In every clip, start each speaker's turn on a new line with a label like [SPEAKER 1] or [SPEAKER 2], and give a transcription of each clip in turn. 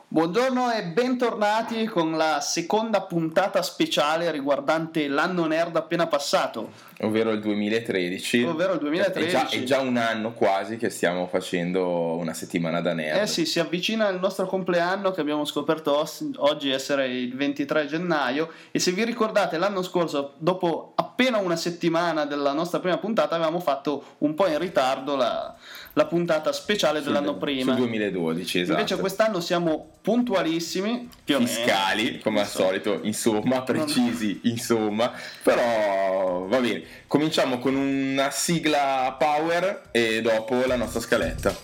[SPEAKER 1] Buongiorno e bentornati con la seconda puntata speciale riguardante l'anno nerd appena passato.
[SPEAKER 2] Ovvero il 2013. È già un anno quasi che stiamo facendo una settimana da nerd.
[SPEAKER 1] Sì, si avvicina il nostro compleanno che abbiamo scoperto oggi essere il 23 gennaio e se vi ricordate l'anno scorso, dopo appena una settimana della nostra prima puntata, avevamo fatto un po' in ritardo la puntata speciale dell'anno prima.
[SPEAKER 2] Sul 2012, esatto.
[SPEAKER 1] Invece quest'anno siamo puntualissimi, più o meno.
[SPEAKER 2] Fiscali, come al solito, insomma, precisi, insomma. Però va bene. Cominciamo con una sigla power e dopo la nostra scaletta.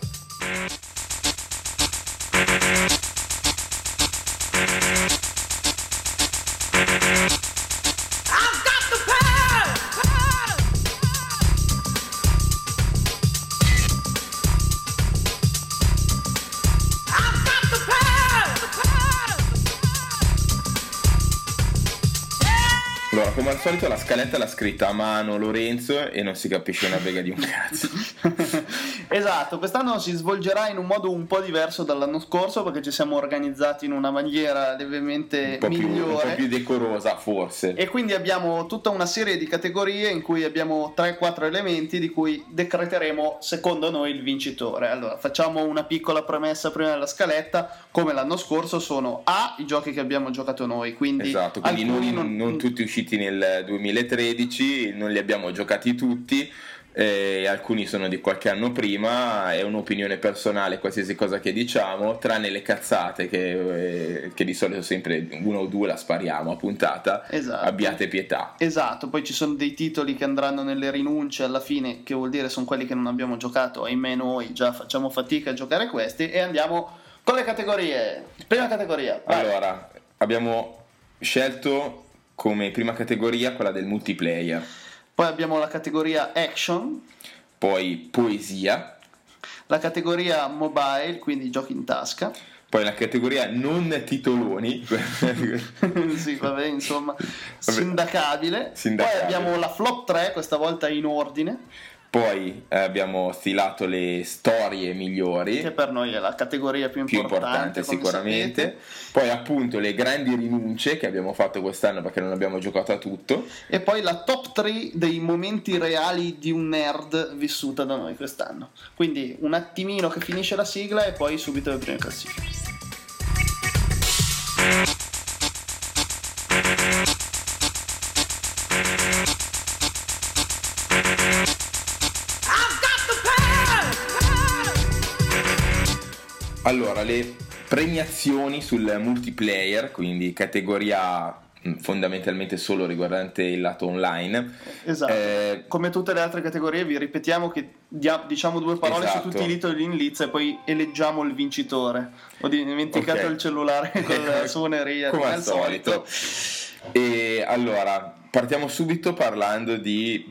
[SPEAKER 2] Allora, come al solito la scaletta l'ha scritta a mano Lorenzo e non si capisce una bega di un cazzo.
[SPEAKER 1] Esatto, quest'anno si svolgerà in un modo un po' diverso dall'anno scorso perché ci siamo organizzati in una maniera lievemente migliore,
[SPEAKER 2] un po' più decorosa forse.
[SPEAKER 1] E quindi abbiamo tutta una serie di categorie in cui abbiamo 3-4 elementi di cui decreteremo secondo noi il vincitore. Allora, facciamo una piccola premessa prima della scaletta. Come l'anno scorso sono i giochi che abbiamo giocato noi, quindi
[SPEAKER 2] esatto, quindi non tutti usciti nel 2013, non li abbiamo giocati tutti, alcuni sono di qualche anno prima, è un'opinione personale qualsiasi cosa che diciamo, tranne le cazzate che di solito sempre uno o due la spariamo a puntata.
[SPEAKER 1] Esatto.
[SPEAKER 2] Abbiate pietà.
[SPEAKER 1] Esatto, poi ci sono dei titoli che andranno nelle rinunce alla fine, che vuol dire sono quelli che non abbiamo giocato, ahimè noi già facciamo fatica a giocare questi, e andiamo con le categorie. Prima categoria, vai.
[SPEAKER 2] Allora, abbiamo scelto come prima categoria quella del multiplayer.
[SPEAKER 1] Poi abbiamo la categoria action.
[SPEAKER 2] Poi poesia.
[SPEAKER 1] La categoria mobile, quindi giochi in tasca.
[SPEAKER 2] Poi la categoria non titoloni.
[SPEAKER 1] Sì, vabbè, insomma, sindacabile. Poi abbiamo la flop 3, questa volta in ordine.
[SPEAKER 2] Poi abbiamo stilato le storie migliori,
[SPEAKER 1] che per noi è la categoria più importante
[SPEAKER 2] sicuramente. Poi appunto le grandi rinunce che abbiamo fatto quest'anno perché non abbiamo giocato a tutto.
[SPEAKER 1] E poi la top 3 dei momenti reali di un nerd vissuta da noi quest'anno. Quindi un attimino che finisce la sigla e poi subito le prime classifiche.
[SPEAKER 2] Allora, le premiazioni sul multiplayer, quindi categoria fondamentalmente solo riguardante il lato online.
[SPEAKER 1] Esatto. Come tutte le altre categorie vi ripetiamo che diciamo due parole su tutti i titoli in lizza e poi eleggiamo il vincitore. Ho dimenticato il cellulare con la suoneria
[SPEAKER 2] come al solito. E allora partiamo subito parlando di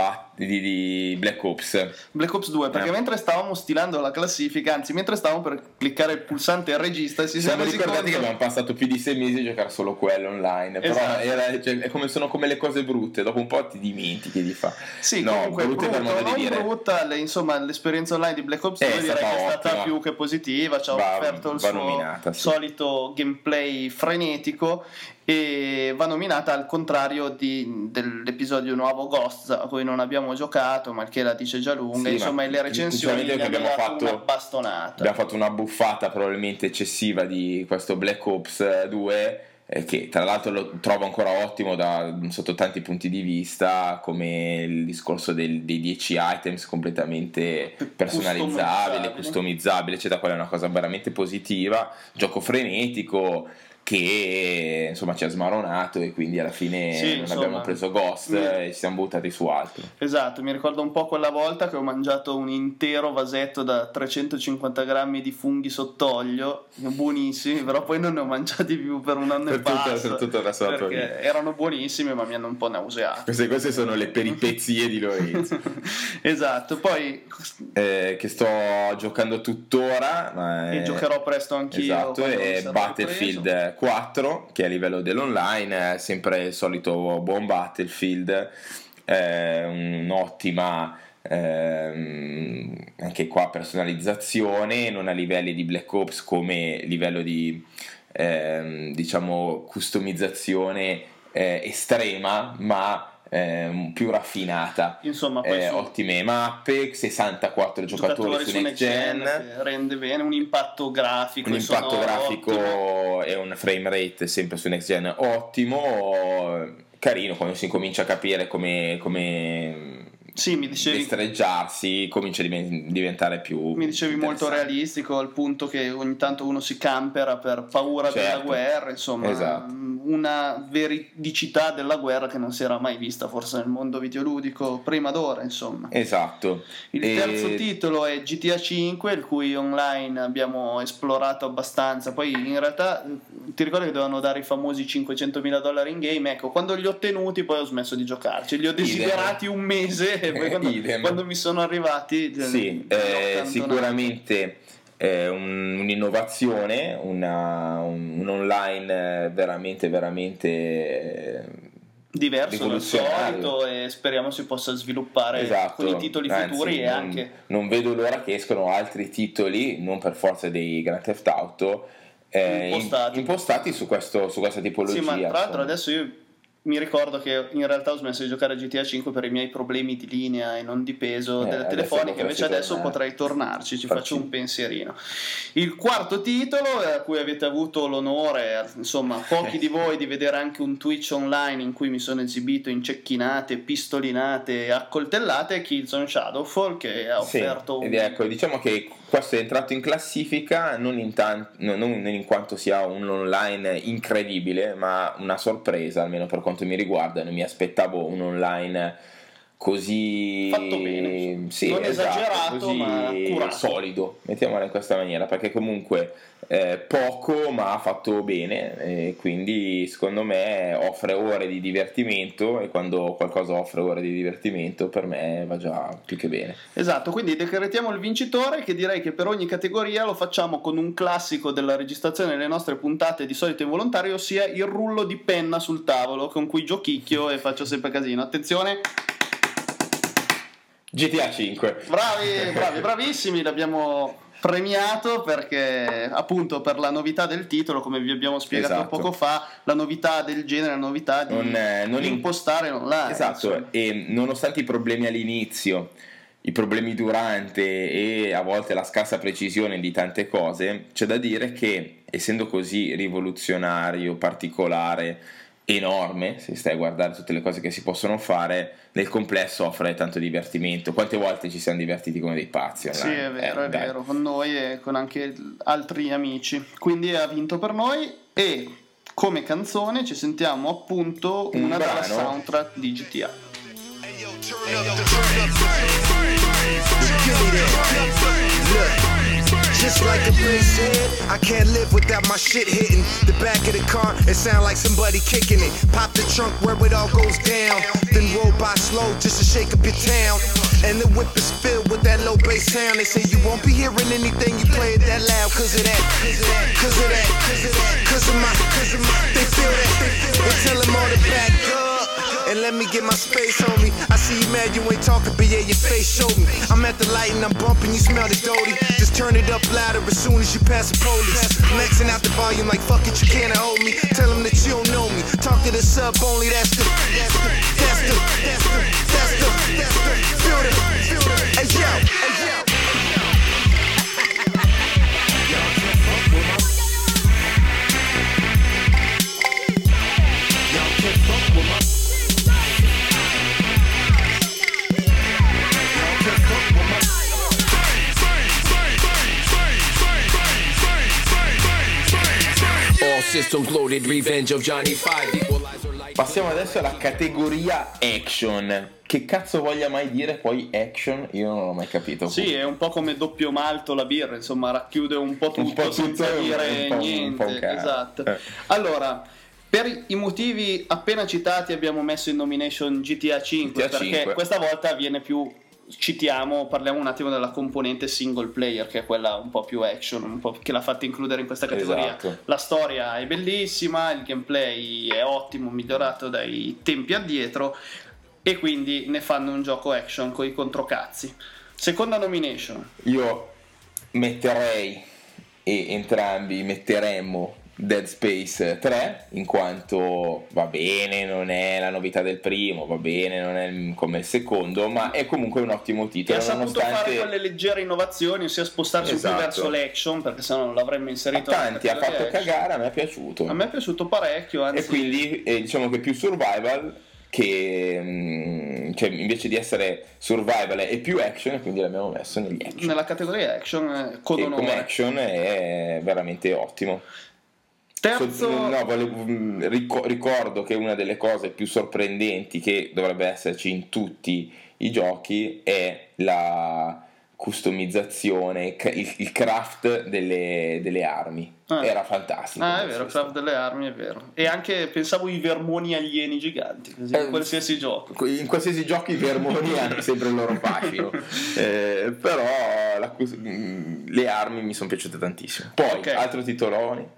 [SPEAKER 2] Black Ops
[SPEAKER 1] 2, perché mentre stavamo stilando la classifica, anzi mentre stavamo per cliccare il pulsante regista,
[SPEAKER 2] siamo ricordati che abbiamo passato più di 6 mesi a giocare solo quello online.
[SPEAKER 1] Esatto.
[SPEAKER 2] Però sono come le cose brutte, dopo un po' ti dimentichi di fare.
[SPEAKER 1] Sì, no, comunque brutta, insomma l'esperienza online di Black Ops 2 direi che è stata più che positiva, ci ha offerto il suo solito gameplay frenetico e va nominata al contrario dell'episodio nuovo Ghosts, a cui non abbiamo giocato, ma che la dice già lunga.
[SPEAKER 2] Sì,
[SPEAKER 1] insomma, le recensioni gli hanno dato una bastonata.
[SPEAKER 2] Abbiamo fatto una buffata probabilmente eccessiva di questo Black Ops 2, che tra l'altro lo trovo ancora ottimo sotto tanti punti di vista, come il discorso dei 10 items completamente personalizzabili, customizzabili, eccetera. Quella è una cosa veramente positiva, gioco frenetico che insomma ci ha smaronato e quindi alla fine abbiamo preso Ghost e ci siamo buttati su altro.
[SPEAKER 1] Esatto, mi ricordo un po' quella volta che ho mangiato un intero vasetto da 350 grammi di funghi sott'olio, buonissimi, però poi non ne ho mangiati più per un anno e passa, perché erano buonissimi ma mi hanno un po' nauseato.
[SPEAKER 2] Queste sono le peripezie di Lorenzo.
[SPEAKER 1] Esatto, poi
[SPEAKER 2] che sto giocando tuttora
[SPEAKER 1] e giocherò presto anch'io.
[SPEAKER 2] Esatto, è Battlefield 4, che a livello dell'online è sempre il solito buon Battlefield, un'ottima anche qua personalizzazione, non a livelli di Black Ops come livello di diciamo customizzazione estrema, ma più raffinata.
[SPEAKER 1] Insomma,
[SPEAKER 2] ottime mappe, 64 giocatori su Next Gen,
[SPEAKER 1] rende bene, un impatto grafico
[SPEAKER 2] e un frame rate sempre su Next Gen ottimo, carino. Quando si incomincia a capire come
[SPEAKER 1] mi dicevi,
[SPEAKER 2] destreggiarsi, comincia a diventare più,
[SPEAKER 1] mi dicevi, molto realistico, al punto che ogni tanto uno si campera per paura della guerra, insomma.
[SPEAKER 2] Esatto.
[SPEAKER 1] Una veridicità della guerra che non si era mai vista forse nel mondo videoludico prima d'ora, insomma.
[SPEAKER 2] Esatto.
[SPEAKER 1] Il terzo titolo è GTA 5, il cui online abbiamo esplorato abbastanza. Poi in realtà ti ricordi che dovevano dare i famosi $500.000 in game? Ecco, quando li ho ottenuti poi ho smesso di giocarci, li ho desiderati un mese e poi quando mi sono arrivati
[SPEAKER 2] sicuramente un'innovazione, un online veramente
[SPEAKER 1] diverso dal solito, e speriamo si possa sviluppare con i titoli futuri. Anche
[SPEAKER 2] non vedo l'ora che escono altri titoli, non per forza dei Grand Theft Auto, impostati su questa tipologia.
[SPEAKER 1] Sì, ma tra l'altro adesso io mi ricordo che in realtà ho smesso di giocare a GTA 5 per i miei problemi di linea e non di peso delle telefoniche, invece adesso potrei tornarci, faccio un pensierino. Il quarto titolo, a cui avete avuto l'onore, insomma pochi di voi, di vedere anche un Twitch online in cui mi sono esibito in cecchinate, pistolinate e accoltellate, è Killzone Shadowfall, che ha offerto
[SPEAKER 2] ecco, diciamo che questo è entrato in classifica non in quanto sia un online incredibile, ma una sorpresa, almeno per quanto mi riguarda. Non mi aspettavo un online così
[SPEAKER 1] fatto bene, non
[SPEAKER 2] esagerato,
[SPEAKER 1] così ma curato,
[SPEAKER 2] solido, mettiamola in questa maniera, perché comunque poco ma fatto bene, e quindi secondo me offre ore di divertimento, e quando qualcosa offre ore di divertimento per me va già più che bene.
[SPEAKER 1] Esatto, quindi decretiamo il vincitore, che direi che per ogni categoria lo facciamo con un classico della registrazione delle nostre puntate, di solito involontario, ossia il rullo di penna sul tavolo con cui giochicchio e faccio sempre casino. Attenzione,
[SPEAKER 2] GTA 5.
[SPEAKER 1] Bravissimi, l'abbiamo premiato perché appunto per la novità del titolo, come vi abbiamo spiegato poco fa, la novità del genere, la novità di non impostare online.
[SPEAKER 2] Esatto, insomma. E nonostante i problemi all'inizio, i problemi durante e a volte la scarsa precisione di tante cose, c'è da dire che essendo così rivoluzionario, particolare, enorme, se stai a guardare tutte le cose che si possono fare, nel complesso offre tanto divertimento. Quante volte ci siamo divertiti come dei pazzi online.
[SPEAKER 1] Sì, è vero, con noi e con anche altri amici, quindi ha vinto per noi. E come canzone ci sentiamo appunto una dalla soundtrack di GTA.
[SPEAKER 3] Just like the Prince said, I can't live without my shit hitting the back of the car. It sound like somebody kicking it. Pop the trunk where it all goes down, then roll by slow just to shake up your town. And the whip is filled with that low bass sound. They say you won't be hearing anything you play it that loud, cause of that, cause of my. They feel that. They tell them all to back up and let me get my space, homie. I see you mad, you ain't talking, but yeah, your face showed me. I'm at the light and I'm bumping, you smell the doty. Just turn it up louder as soon as you pass the police. Maxing out the volume like fuck it, you can't hold me. Tell them that you don't know me. Talk to the sub only, that's the feel it. Hey yo.
[SPEAKER 2] Passiamo adesso alla categoria action. Che cazzo voglia mai dire poi action? Io non l'ho mai capito.
[SPEAKER 1] Sì, è un po' come doppio malto la birra, insomma, racchiude un po' tutto senza dire niente. Esatto. Allora, per i motivi appena citati abbiamo messo in nomination GTA 5 perché questa volta viene più... parliamo un attimo della componente single player, che è quella un po' più action, un po' che l'ha fatta includere in questa categoria.
[SPEAKER 2] Esatto.
[SPEAKER 1] La storia è bellissima, il gameplay è ottimo, migliorato dai tempi addietro. e quindi ne fanno un gioco action con i controcazzi. Seconda nomination.
[SPEAKER 2] Io metterei, e entrambi metteremmo, Dead Space 3, in quanto va bene, non è la novità del primo, va bene, non è come il secondo, ma è comunque un ottimo titolo.
[SPEAKER 1] E ha saputo fare quelle leggere innovazioni, ossia spostarsi più verso l'action, perché sennò non l'avremmo inserito.
[SPEAKER 2] Tanti, ha fatto cagare, a me è piaciuto.
[SPEAKER 1] A me è piaciuto parecchio, anzi.
[SPEAKER 2] E quindi diciamo che più survival, che cioè invece di essere survival è più action, e quindi l'abbiamo messo negli action.
[SPEAKER 1] Nella categoria action con onore.
[SPEAKER 2] Come action è veramente ottimo.
[SPEAKER 1] Terzo...
[SPEAKER 2] ricordo che una delle cose più sorprendenti che dovrebbe esserci in tutti i giochi è la customizzazione, il craft delle armi. Era fantastico.
[SPEAKER 1] È vero, il craft delle armi è vero. E anche pensavo i vermoni alieni giganti, così, in qualsiasi gioco.
[SPEAKER 2] In qualsiasi gioco i vermoni hanno sempre il loro fascino. Però le armi mi sono piaciute tantissimo. Poi altro titolone.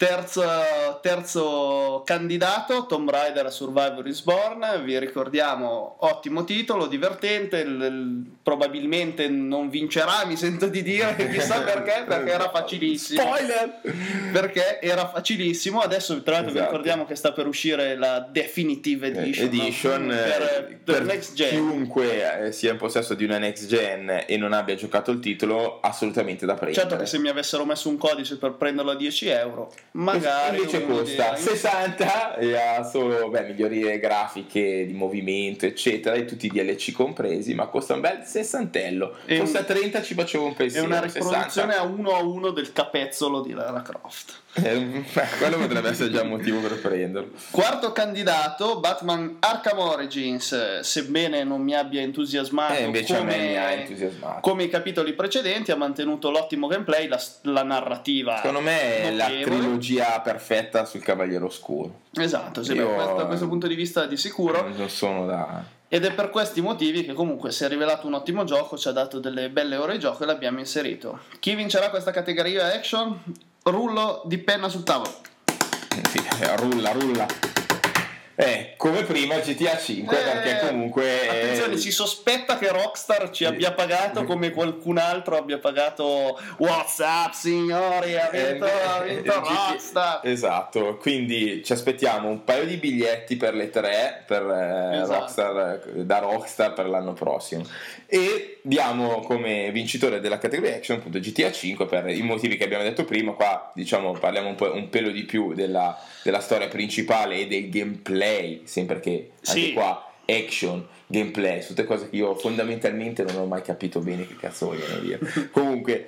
[SPEAKER 1] Terzo candidato, Tomb Raider Survivor Reborn. Vi ricordiamo, ottimo titolo, divertente, probabilmente non vincerà, mi sento di dire, chissà perché era facilissimo.
[SPEAKER 2] Spoiler!
[SPEAKER 1] Perché era facilissimo. Adesso tra l'altro vi ricordiamo che sta per uscire la Definitive Edition per Next Gen.
[SPEAKER 2] Chiunque sia in possesso di una Next Gen e non abbia giocato il titolo, assolutamente da prendere.
[SPEAKER 1] Certo che se mi avessero messo un codice per prenderlo a 10 euro, magari
[SPEAKER 2] invece costa 60 e ha solo migliorie grafiche di movimento eccetera, e tutti i DLC compresi, ma costa un bel sessantello. Costa 30, ci facevo un pensiero.
[SPEAKER 1] È una riproduzione 60. a 1 del capezzolo di Lara Croft.
[SPEAKER 2] Quello potrebbe essere già un motivo per prenderlo.
[SPEAKER 1] Quarto candidato, Batman Arkham Origins, sebbene non mi abbia entusiasmato,
[SPEAKER 2] invece a me mi ha entusiasmato.
[SPEAKER 1] Come i capitoli precedenti, ha mantenuto l'ottimo gameplay, la narrativa.
[SPEAKER 2] Secondo me è la trilogia perfetta sul Cavaliere Oscuro.
[SPEAKER 1] Esatto, da questo punto di vista di sicuro.
[SPEAKER 2] Non sono da...
[SPEAKER 1] Ed è per questi motivi che comunque si è rivelato un ottimo gioco, ci ha dato delle belle ore di gioco e l'abbiamo inserito. Chi vincerà questa categoria action? Rullo di penna sul tavolo.
[SPEAKER 2] Sì, rulla. Come prima GTA 5, perché comunque
[SPEAKER 1] attenzione, si sospetta che Rockstar ci abbia pagato come qualcun altro abbia pagato WhatsApp, signori, ha vinto Rockstar.
[SPEAKER 2] Esatto, quindi ci aspettiamo un paio di biglietti per le 3 per Rockstar, da Rockstar per l'anno prossimo, e diamo come vincitore della categoria action appunto GTA 5 per i motivi che abbiamo detto prima. Qua diciamo parliamo un pelo di più della storia principale e del gameplay, sempre che anche qua action, gameplay, tutte cose che io fondamentalmente non ho mai capito bene che cazzo vogliono dire. Comunque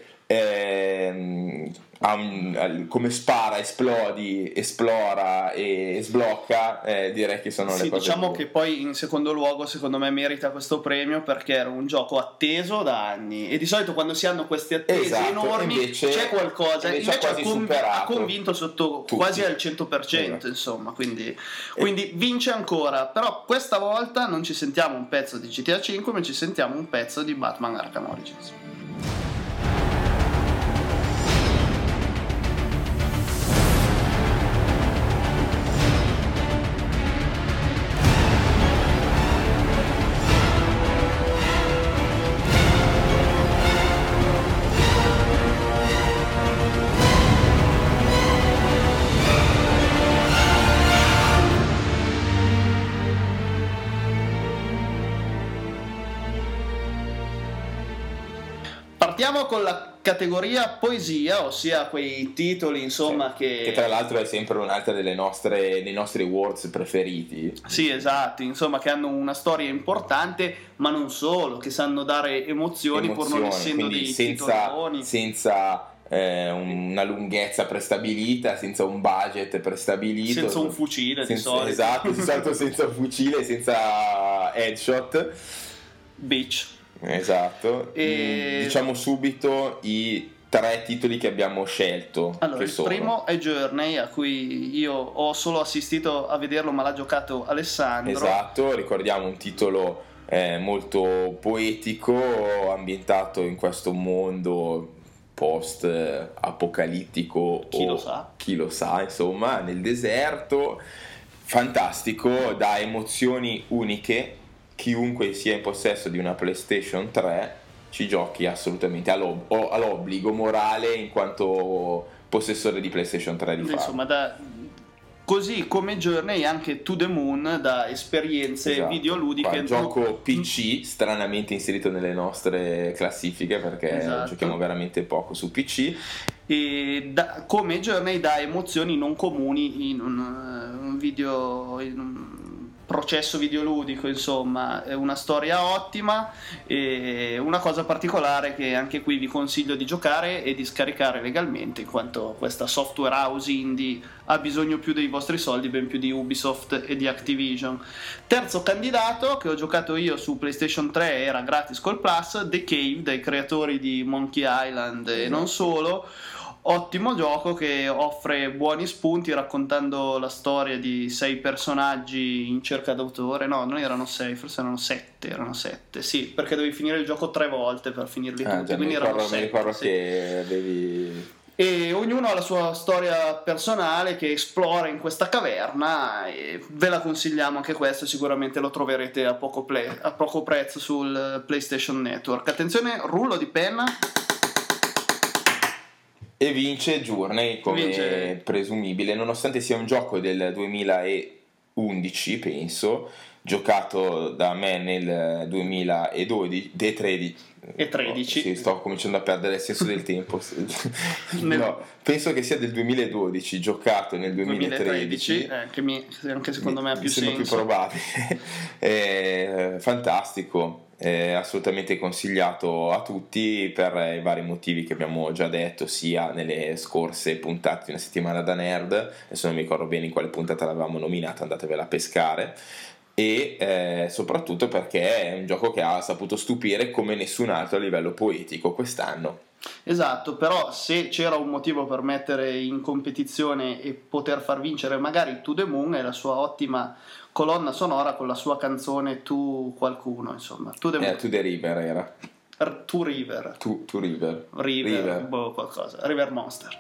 [SPEAKER 2] come spara, esplora e sblocca, direi che sono le cose.
[SPEAKER 1] Diciamo che poi in secondo luogo secondo me merita questo premio perché era un gioco atteso da anni, e di solito quando si hanno queste attese enormi invece, c'è qualcosa, invece ha convinto sotto quasi al 100%, insomma, quindi vince ancora. Però questa volta non ci sentiamo un pezzo di GTA 5, ma ci sentiamo un pezzo di Batman Arkham Origins. Partiamo con la categoria poesia, ossia quei titoli insomma che
[SPEAKER 2] tra l'altro è sempre un'altra dei nostri awards preferiti.
[SPEAKER 1] Sì, esatto, insomma, che hanno una storia importante, ma non solo, che sanno dare emozioni pur non essendo dei titoloni,
[SPEAKER 2] senza una lunghezza prestabilita, senza un budget prestabilito,
[SPEAKER 1] senza un fucile di solito.
[SPEAKER 2] Esatto, di solito senza un fucile, senza headshot,
[SPEAKER 1] bitch.
[SPEAKER 2] Esatto. Diciamo subito i 3 titoli che abbiamo scelto.
[SPEAKER 1] Allora, il primo è Journey, a cui io ho solo assistito a vederlo, ma l'ha giocato Alessandro.
[SPEAKER 2] Esatto, ricordiamo un titolo molto poetico, ambientato in questo mondo post apocalittico, chi lo sa, insomma, nel deserto, fantastico, da emozioni uniche chiunque sia in possesso di una PlayStation 3 ci giochi assolutamente all'obbligo morale in quanto possessore di PlayStation 3 di farlo.
[SPEAKER 1] Insomma, così come Journey, anche To The Moon da esperienze videoludiche.
[SPEAKER 2] Un gioco PC stranamente inserito nelle nostre classifiche perché giochiamo veramente poco su PC.
[SPEAKER 1] E come Journey dà emozioni non comuni in un processo videoludico, insomma, è una storia ottima e una cosa particolare che anche qui vi consiglio di giocare e di scaricare legalmente, in quanto questa software house indie ha bisogno più dei vostri soldi, ben più di Ubisoft e di Activision. Terzo candidato che ho giocato io su PlayStation 3, era gratis col Plus, The Cave, dai creatori di Monkey Island e non solo. Ottimo gioco che offre buoni spunti raccontando la storia di 6 personaggi in cerca d'autore. No, non erano 6, forse erano 7. Sì, perché devi finire il gioco 3 volte per finirli tutti. Quindi erano 7.
[SPEAKER 2] Mi ricordo che devi...
[SPEAKER 1] E ognuno ha la sua storia personale che esplora in questa caverna e ve la consigliamo anche questo, sicuramente lo troverete a poco prezzo sul PlayStation Network. Attenzione, rullo di penna.
[SPEAKER 2] E vince Journey come presumibile, nonostante sia un gioco del 2011, penso, giocato da me nel 2013. Sì, sto cominciando a perdere il senso del tempo. No, penso che sia del 2012, giocato nel 2013.
[SPEAKER 1] Anche secondo me ha più senso.
[SPEAKER 2] Più probabile. Fantastico. È assolutamente consigliato a tutti per i vari motivi che abbiamo già detto sia nelle scorse puntate di Una settimana da nerd, adesso non mi ricordo bene in quale puntata l'avevamo nominato, andatevela a pescare, e soprattutto perché è un gioco che ha saputo stupire come nessun altro a livello poetico quest'anno.
[SPEAKER 1] Esatto, però se c'era un motivo per mettere in competizione e poter far vincere magari To The Moon e la sua ottima colonna sonora con la sua canzone Tu qualcuno, insomma. To
[SPEAKER 2] The River era.
[SPEAKER 1] To River.
[SPEAKER 2] To River.
[SPEAKER 1] River. Boh, qualcosa. River Monster.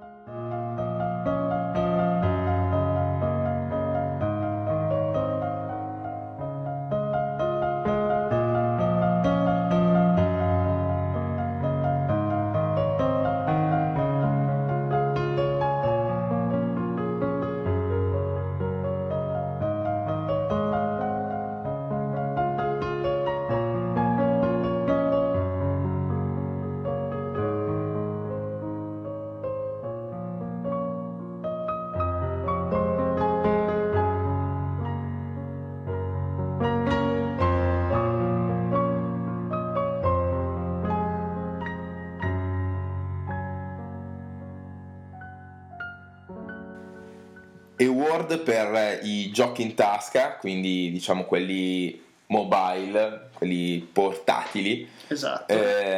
[SPEAKER 2] Award per i giochi in tasca, quindi diciamo quelli mobile, quelli portatili.
[SPEAKER 1] Esatto.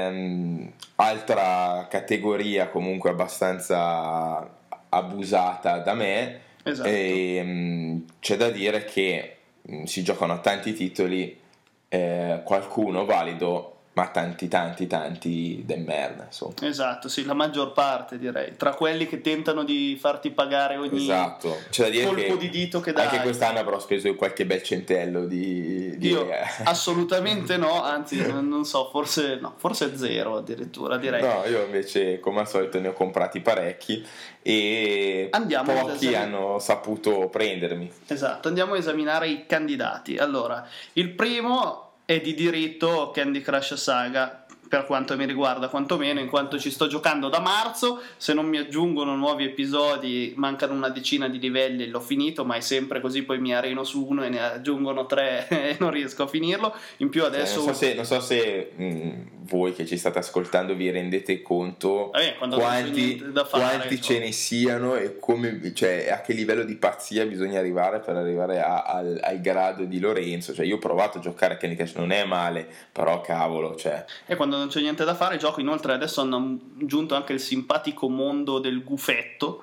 [SPEAKER 2] Altra categoria comunque abbastanza abusata da me.
[SPEAKER 1] Esatto.
[SPEAKER 2] C'è da dire che si giocano a tanti titoli, qualcuno valido, ma tanti de merda, insomma.
[SPEAKER 1] Esatto, sì, la maggior parte direi, tra quelli che tentano di farti pagare ogni
[SPEAKER 2] C'è da dire
[SPEAKER 1] colpo di dito che dai.
[SPEAKER 2] Anche quest'anno avrò speso qualche bel centello
[SPEAKER 1] Io assolutamente no, anzi non so, forse 0 addirittura, direi.
[SPEAKER 2] No, io invece come al solito ne ho comprati parecchi e pochi hanno saputo prendermi.
[SPEAKER 1] Esatto, andiamo a esaminare i candidati. Allora, il primo è di diritto Candy Crush Saga, per quanto mi riguarda quantomeno, in quanto ci sto giocando da marzo. Se non mi aggiungono nuovi episodi, mancano una decina di livelli e l'ho finito, ma è sempre così, poi mi areno su uno e ne aggiungono 3 e non riesco a finirlo. In più adesso
[SPEAKER 2] non so se voi che ci state ascoltando vi rendete conto quanti ce ne siano e come, cioè, a che livello di pazzia bisogna arrivare per arrivare al grado di Lorenzo. Cioè, io ho provato a giocare a Candy Crush, non è male, però cavolo, cioè.
[SPEAKER 1] E quando non c'è niente da fare gioco. Inoltre adesso hanno aggiunto anche il simpatico mondo del gufetto,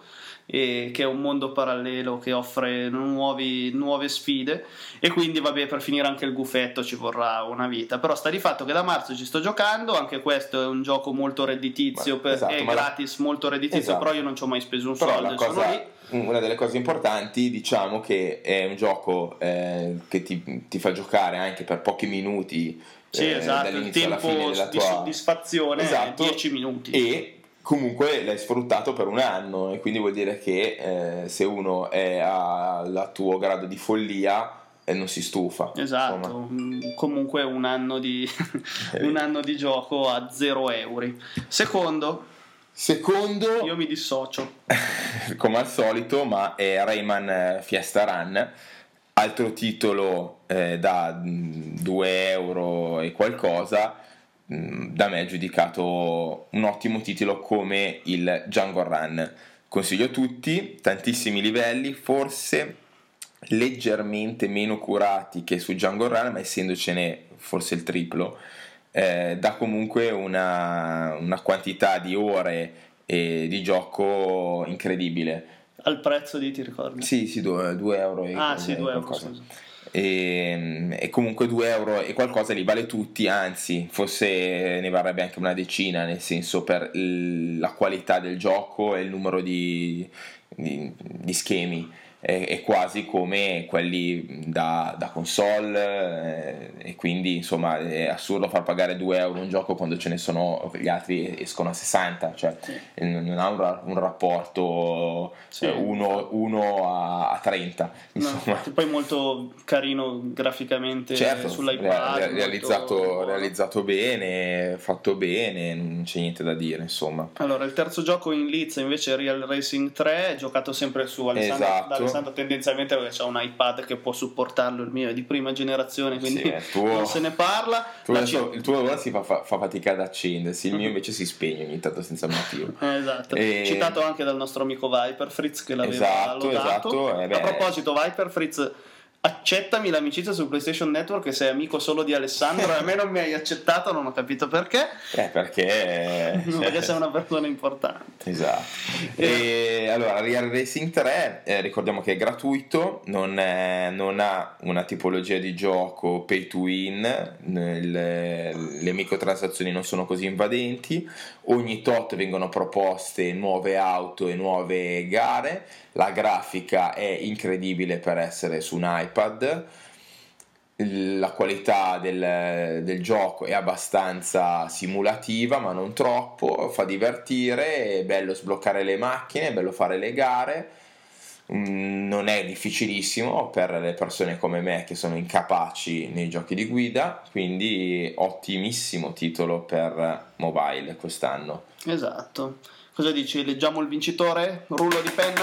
[SPEAKER 1] che è un mondo parallelo che offre nuove sfide, e quindi vabbè, per finire anche il gufetto ci vorrà una vita, però sta di fatto che da marzo ci sto giocando. Anche questo è un gioco molto redditizio, è gratis, molto redditizio, però io non ci ho mai speso un soldo, sono lì.
[SPEAKER 2] Una delle cose importanti, diciamo, che è un gioco che ti fa giocare anche per pochi minuti,
[SPEAKER 1] esatto, il tempo di soddisfazione è 10 minuti,
[SPEAKER 2] e comunque l'hai sfruttato per un anno, e quindi vuol dire che se uno è al tuo grado di follia non si stufa.
[SPEAKER 1] Esatto, insomma. Comunque un anno di gioco a 0 euro. Secondo, io mi dissocio
[SPEAKER 2] come al solito, ma è Rayman Fiesta Run, altro titolo da 2 euro e qualcosa, da me è giudicato un ottimo titolo come il Jungle Run. Consiglio a tutti, tantissimi livelli, forse leggermente meno curati che su Jungle Run, ma essendocene forse il triplo, dà comunque una quantità di ore di gioco incredibile.
[SPEAKER 1] Al prezzo di, ti ricordi?
[SPEAKER 2] Sì, 2 euro e
[SPEAKER 1] sì, 2 euro,
[SPEAKER 2] e comunque 2 euro e qualcosa li vale tutti, anzi forse ne varrebbe anche una decina, nel senso, per la qualità del gioco e il numero di schemi. È quasi come quelli da console, e quindi insomma è assurdo far pagare 2 euro un gioco quando ce ne sono, gli altri escono a 60, cioè non ha un rapporto 1 a 30, insomma.
[SPEAKER 1] No, poi molto carino graficamente,
[SPEAKER 2] certo,
[SPEAKER 1] sull'iPad,
[SPEAKER 2] realizzato bene, fatto bene, non c'è niente da dire, insomma.
[SPEAKER 1] Allora, il terzo gioco in lizza invece è Real Racing 3, giocato sempre su Alessandro,
[SPEAKER 2] esatto.
[SPEAKER 1] Tendenzialmente perché c'è un iPad che può supportarlo, il mio è di prima generazione, quindi non se ne parla.
[SPEAKER 2] Il tuo ora si fa fatica ad accendersi, il mio invece si spegne ogni tanto senza motivo.
[SPEAKER 1] Esatto, citato anche dal nostro amico Viper Fritz che l'aveva lodato. A proposito, Viper Fritz, accettami l'amicizia su PlayStation Network, che sei amico solo di Alessandro e a me non mi hai accettato, non ho capito perché.
[SPEAKER 2] Perché
[SPEAKER 1] sei una persona importante.
[SPEAKER 2] Esatto. E allora, Real Racing 3 ricordiamo che è gratuito, non ha una tipologia di gioco pay to win, le microtransazioni non sono così invadenti, ogni tot vengono proposte nuove auto e nuove gare, la grafica è incredibile per essere su un iPad, la qualità del gioco è abbastanza simulativa ma non troppo, fa divertire, è bello sbloccare le macchine, è bello fare le gare, non è difficilissimo per le persone come me che sono incapaci nei giochi di guida, quindi ottimissimo titolo per mobile quest'anno.
[SPEAKER 1] Esatto. Cosa dici? Leggiamo il vincitore? Rullo di penna?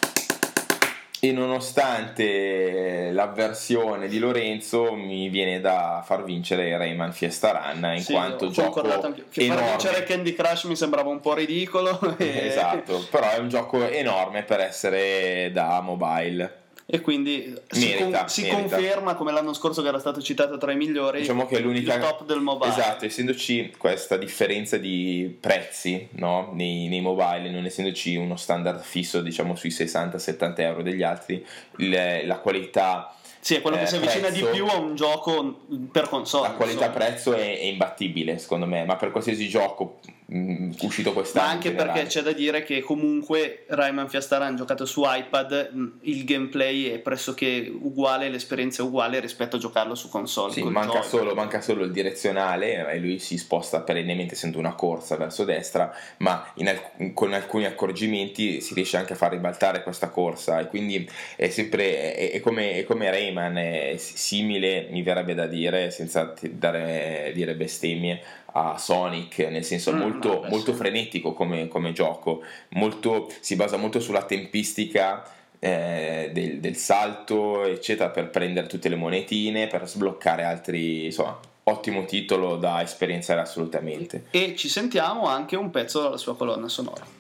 [SPEAKER 2] E nonostante l'avversione di Lorenzo, mi viene da far vincere Rayman Fiesta Run, in quanto gioco enorme.
[SPEAKER 1] Far vincere Candy Crush mi sembrava un po' ridicolo.
[SPEAKER 2] Esatto, però è un gioco enorme per essere da mobile.
[SPEAKER 1] E quindi si conferma, come l'anno scorso che era stato citato tra i migliori,
[SPEAKER 2] diciamo che è l'unica,
[SPEAKER 1] il top del mobile.
[SPEAKER 2] Esatto, essendoci questa differenza di prezzi, no? nei mobile, non essendoci uno standard fisso, diciamo sui 60-70 euro degli altri, la qualità,
[SPEAKER 1] sì, è quello che si avvicina di più a un gioco per console.
[SPEAKER 2] La qualità prezzo è imbattibile secondo me, ma per qualsiasi gioco uscito quest'anno.
[SPEAKER 1] Ma anche perché c'è da dire che comunque Rayman Fiesta Run giocato su iPad, il gameplay è pressoché uguale, l'esperienza è uguale rispetto a giocarlo su console.
[SPEAKER 2] Sì, manca solo il direzionale e lui si sposta perennemente, essendo una corsa verso destra, ma con alcuni accorgimenti si riesce anche a far ribaltare questa corsa, e quindi è sempre è come Rayman, è simile, mi verrebbe da dire, senza dire bestemmie, a Sonic, nel senso molto frenetico come gioco, si basa molto sulla tempistica del salto eccetera, per prendere tutte le monetine, per sbloccare altri, insomma ottimo titolo da esperienziare assolutamente.
[SPEAKER 1] E ci sentiamo anche un pezzo dalla sua colonna sonora.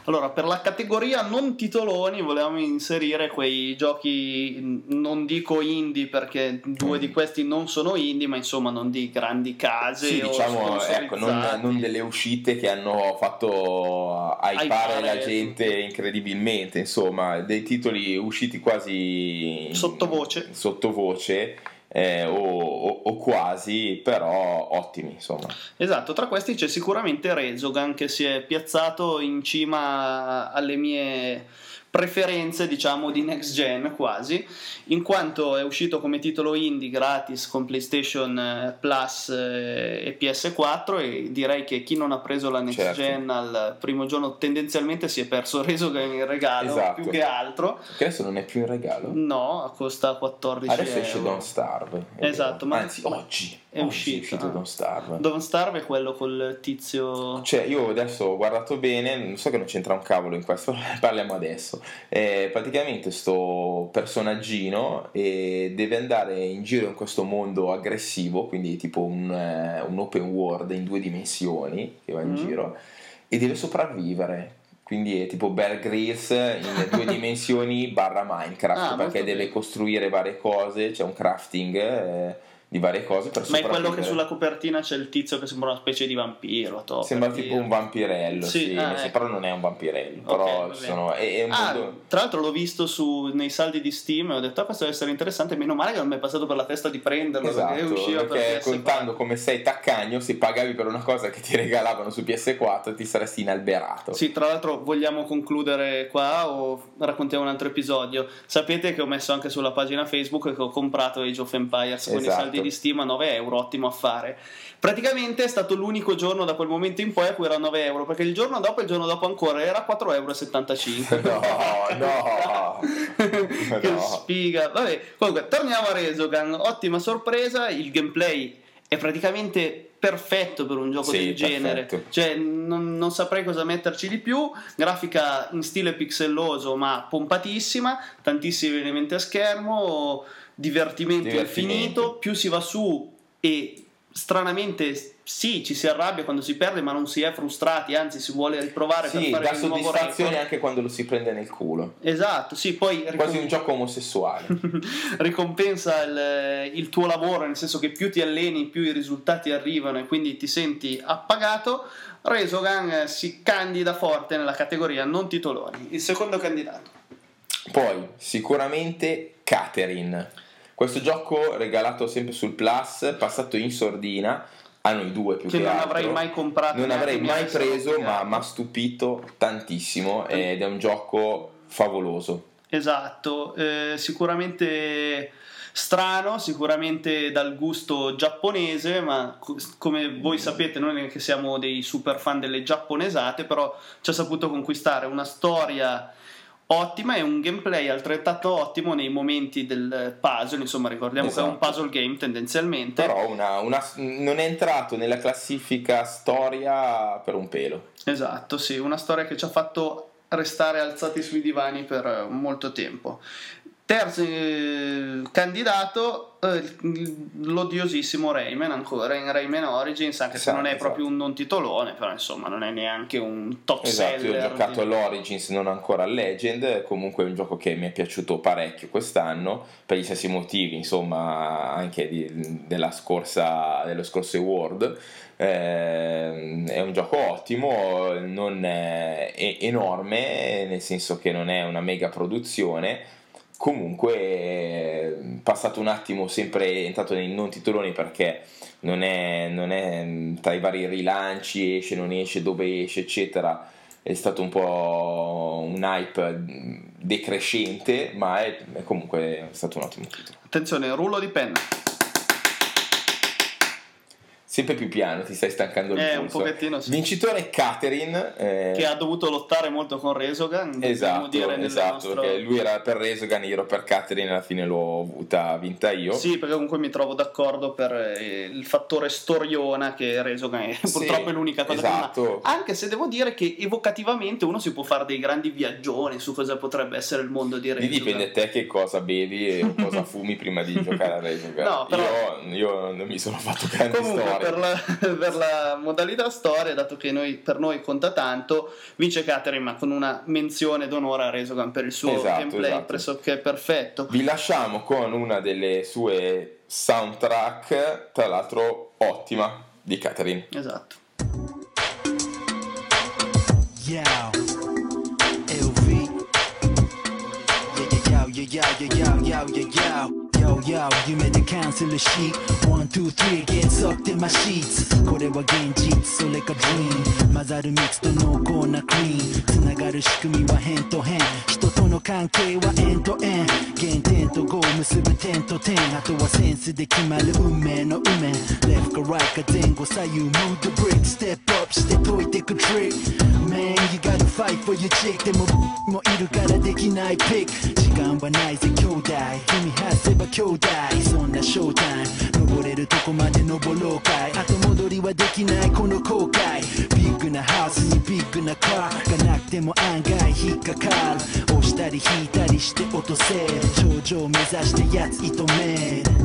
[SPEAKER 1] Allora, per la categoria non titoloni volevamo inserire quei giochi, non dico indie perché due di questi non sono indie, ma insomma non di grandi case.
[SPEAKER 2] Sì, diciamo, ecco, non delle uscite che hanno fatto hypare la gente incredibilmente, insomma, dei titoli usciti quasi sottovoce. O quasi, però ottimi, insomma.
[SPEAKER 1] Esatto, tra questi c'è sicuramente Resogun, che si è piazzato in cima alle mie preferenze, diciamo, di next gen quasi, in quanto è uscito come titolo indie gratis con PlayStation Plus e PS4, e direi che chi non ha preso la next gen al primo giorno tendenzialmente si è perso Resogun in regalo, più che altro.
[SPEAKER 2] Perché adesso non è più in regalo?
[SPEAKER 1] No, costa 14
[SPEAKER 2] adesso
[SPEAKER 1] euro.
[SPEAKER 2] Esce Don't Starve.
[SPEAKER 1] Esatto,
[SPEAKER 2] ma anzi oggi è uscito
[SPEAKER 1] Don't Starve. Don't Starve è quello col tizio,
[SPEAKER 2] cioè io adesso ho guardato bene, so che non c'entra un cavolo in questo, parliamo adesso. Praticamente sto personaggino deve andare in giro in questo mondo aggressivo, quindi tipo un open world in 2 dimensioni che va in giro e deve sopravvivere. Quindi è tipo Bear Grylls in 2 dimensioni / Minecraft, perché deve costruire varie cose, c'è un crafting di varie cose per
[SPEAKER 1] sopravvivere. Ma è quello che sulla copertina c'è il tizio che sembra una specie di vampiro,
[SPEAKER 2] sembra tipo un vampirello, sì, però non è un vampirello, però è un mondo...
[SPEAKER 1] Tra l'altro l'ho visto nei saldi di Steam e ho detto questo deve essere interessante, meno male che non mi è passato per la testa di prenderlo,
[SPEAKER 2] perché contando come sei taccagno, se pagavi per una cosa che ti regalavano su PS4 ti saresti inalberato.
[SPEAKER 1] Sì, tra l'altro vogliamo concludere qua o raccontiamo un altro episodio? Sapete che ho messo anche sulla pagina Facebook che ho comprato Age of Empires con i saldi di Steam a 9 euro, ottimo affare. Praticamente è stato l'unico giorno da quel momento in poi a cui era 9 euro, perché il giorno dopo ancora era 4,75
[SPEAKER 2] euro.
[SPEAKER 1] Che sfiga. Vabbè, comunque torniamo a Resogun, ottima sorpresa, il gameplay è praticamente perfetto per un gioco del genere, cioè non saprei cosa metterci di più. Grafica in stile pixelloso ma pompatissima, tantissimi elementi a schermo, divertimento infinito, più si va su e stranamente sì, ci si arrabbia quando si perde, ma non si è frustrati, anzi si vuole riprovare per fare
[SPEAKER 2] dà soddisfazione anche quando lo si prende nel culo.
[SPEAKER 1] Esatto, sì, poi
[SPEAKER 2] quasi un gioco omosessuale.
[SPEAKER 1] Ricompensa il tuo lavoro, nel senso che più ti alleni, più i risultati arrivano e quindi ti senti appagato. Resogun si candida forte nella categoria non titoloni. Il secondo candidato.
[SPEAKER 2] Poi sicuramente Catherine. Questo gioco regalato sempre sul Plus, passato in sordina a noi due più che altro.
[SPEAKER 1] Non avrei mai comprato.
[SPEAKER 2] Non avrei mai preso, ma mi ha stupito tantissimo ed è un gioco favoloso.
[SPEAKER 1] Esatto, sicuramente strano, sicuramente dal gusto giapponese, ma come voi sapete noi non è che siamo dei super fan delle giapponesate, però ci ha saputo conquistare una storia ottima e un gameplay altrettanto ottimo nei momenti del puzzle, insomma ricordiamo che è un puzzle game tendenzialmente.
[SPEAKER 2] Però non è entrato nella classifica storia per un pelo.
[SPEAKER 1] Esatto, sì, una storia che ci ha fatto restare alzati sui divani per molto tempo. Terzo candidato, l'odiosissimo Rayman, ancora in Rayman Origins, anche se non è proprio un non titolone, però insomma non è neanche un top seller.
[SPEAKER 2] Io ho giocato all'Origins, non ancora al Legend, comunque è un gioco che mi è piaciuto parecchio quest'anno, per gli stessi motivi, insomma, anche dello scorso World. È un gioco ottimo, non è enorme, nel senso che non è una mega produzione. Comunque passato un attimo, sempre entrato nei non titoloni perché non è tra i vari rilanci, esce, non esce, dove esce eccetera, è stato un po' un hype decrescente, ma è comunque stato un ottimo titolo.
[SPEAKER 1] Attenzione, rullo di penna.
[SPEAKER 2] Sempre più piano, ti stai stancando il pulso.
[SPEAKER 1] Un pochettino sì.
[SPEAKER 2] Vincitore Catherine,
[SPEAKER 1] che ha dovuto lottare molto con Resogun.
[SPEAKER 2] Esatto, perché lui era per Resogun, io ero per Catherine, alla fine l'ho vinta io.
[SPEAKER 1] Sì, perché comunque mi trovo d'accordo per il fattore storiona che Resogun è purtroppo è l'unica cosa
[SPEAKER 2] esatto.
[SPEAKER 1] Anche se devo dire che evocativamente uno si può fare dei grandi viaggioni su cosa potrebbe essere il mondo di Resogun.
[SPEAKER 2] Dipende te che cosa bevi e cosa fumi prima di giocare a Resogun.
[SPEAKER 1] No, però...
[SPEAKER 2] io non mi sono fatto grandi storie.
[SPEAKER 1] per la modalità storia, dato che per noi conta tanto, vince Catherine, ma con una menzione d'onore a Resogan per il suo gameplay pressoché perfetto.
[SPEAKER 2] Vi lasciamo con una delle sue soundtrack, tra l'altro ottima, di Catherine.
[SPEAKER 1] Esatto.
[SPEAKER 3] Yo, LV. Yo, you made the counselor sheet. 1, 2, 3, get sucked in my sheets. これは現実、それか dream。混ざる蜜と濃厚なクリーム。つながる仕組みは辺と辺。人との関係はエンドエン。原点とゴー結ぶ点と点。あとはセンスで決まる運命の運命。Left か right か前後左右 move the brick。Step up して解いてく trick。Man, you gotta fight for your chick。でもいるからできないピック。時間はないぜ兄弟。君はせば兄弟。そんなショータイム。登れるとこまで登ろうかい。後戻りはできないこの後悔。ビッグなハウスにビッグなカーがなくても案外引っかかる。押したり引いたりして落とせる。頂上目指してやつ射止める。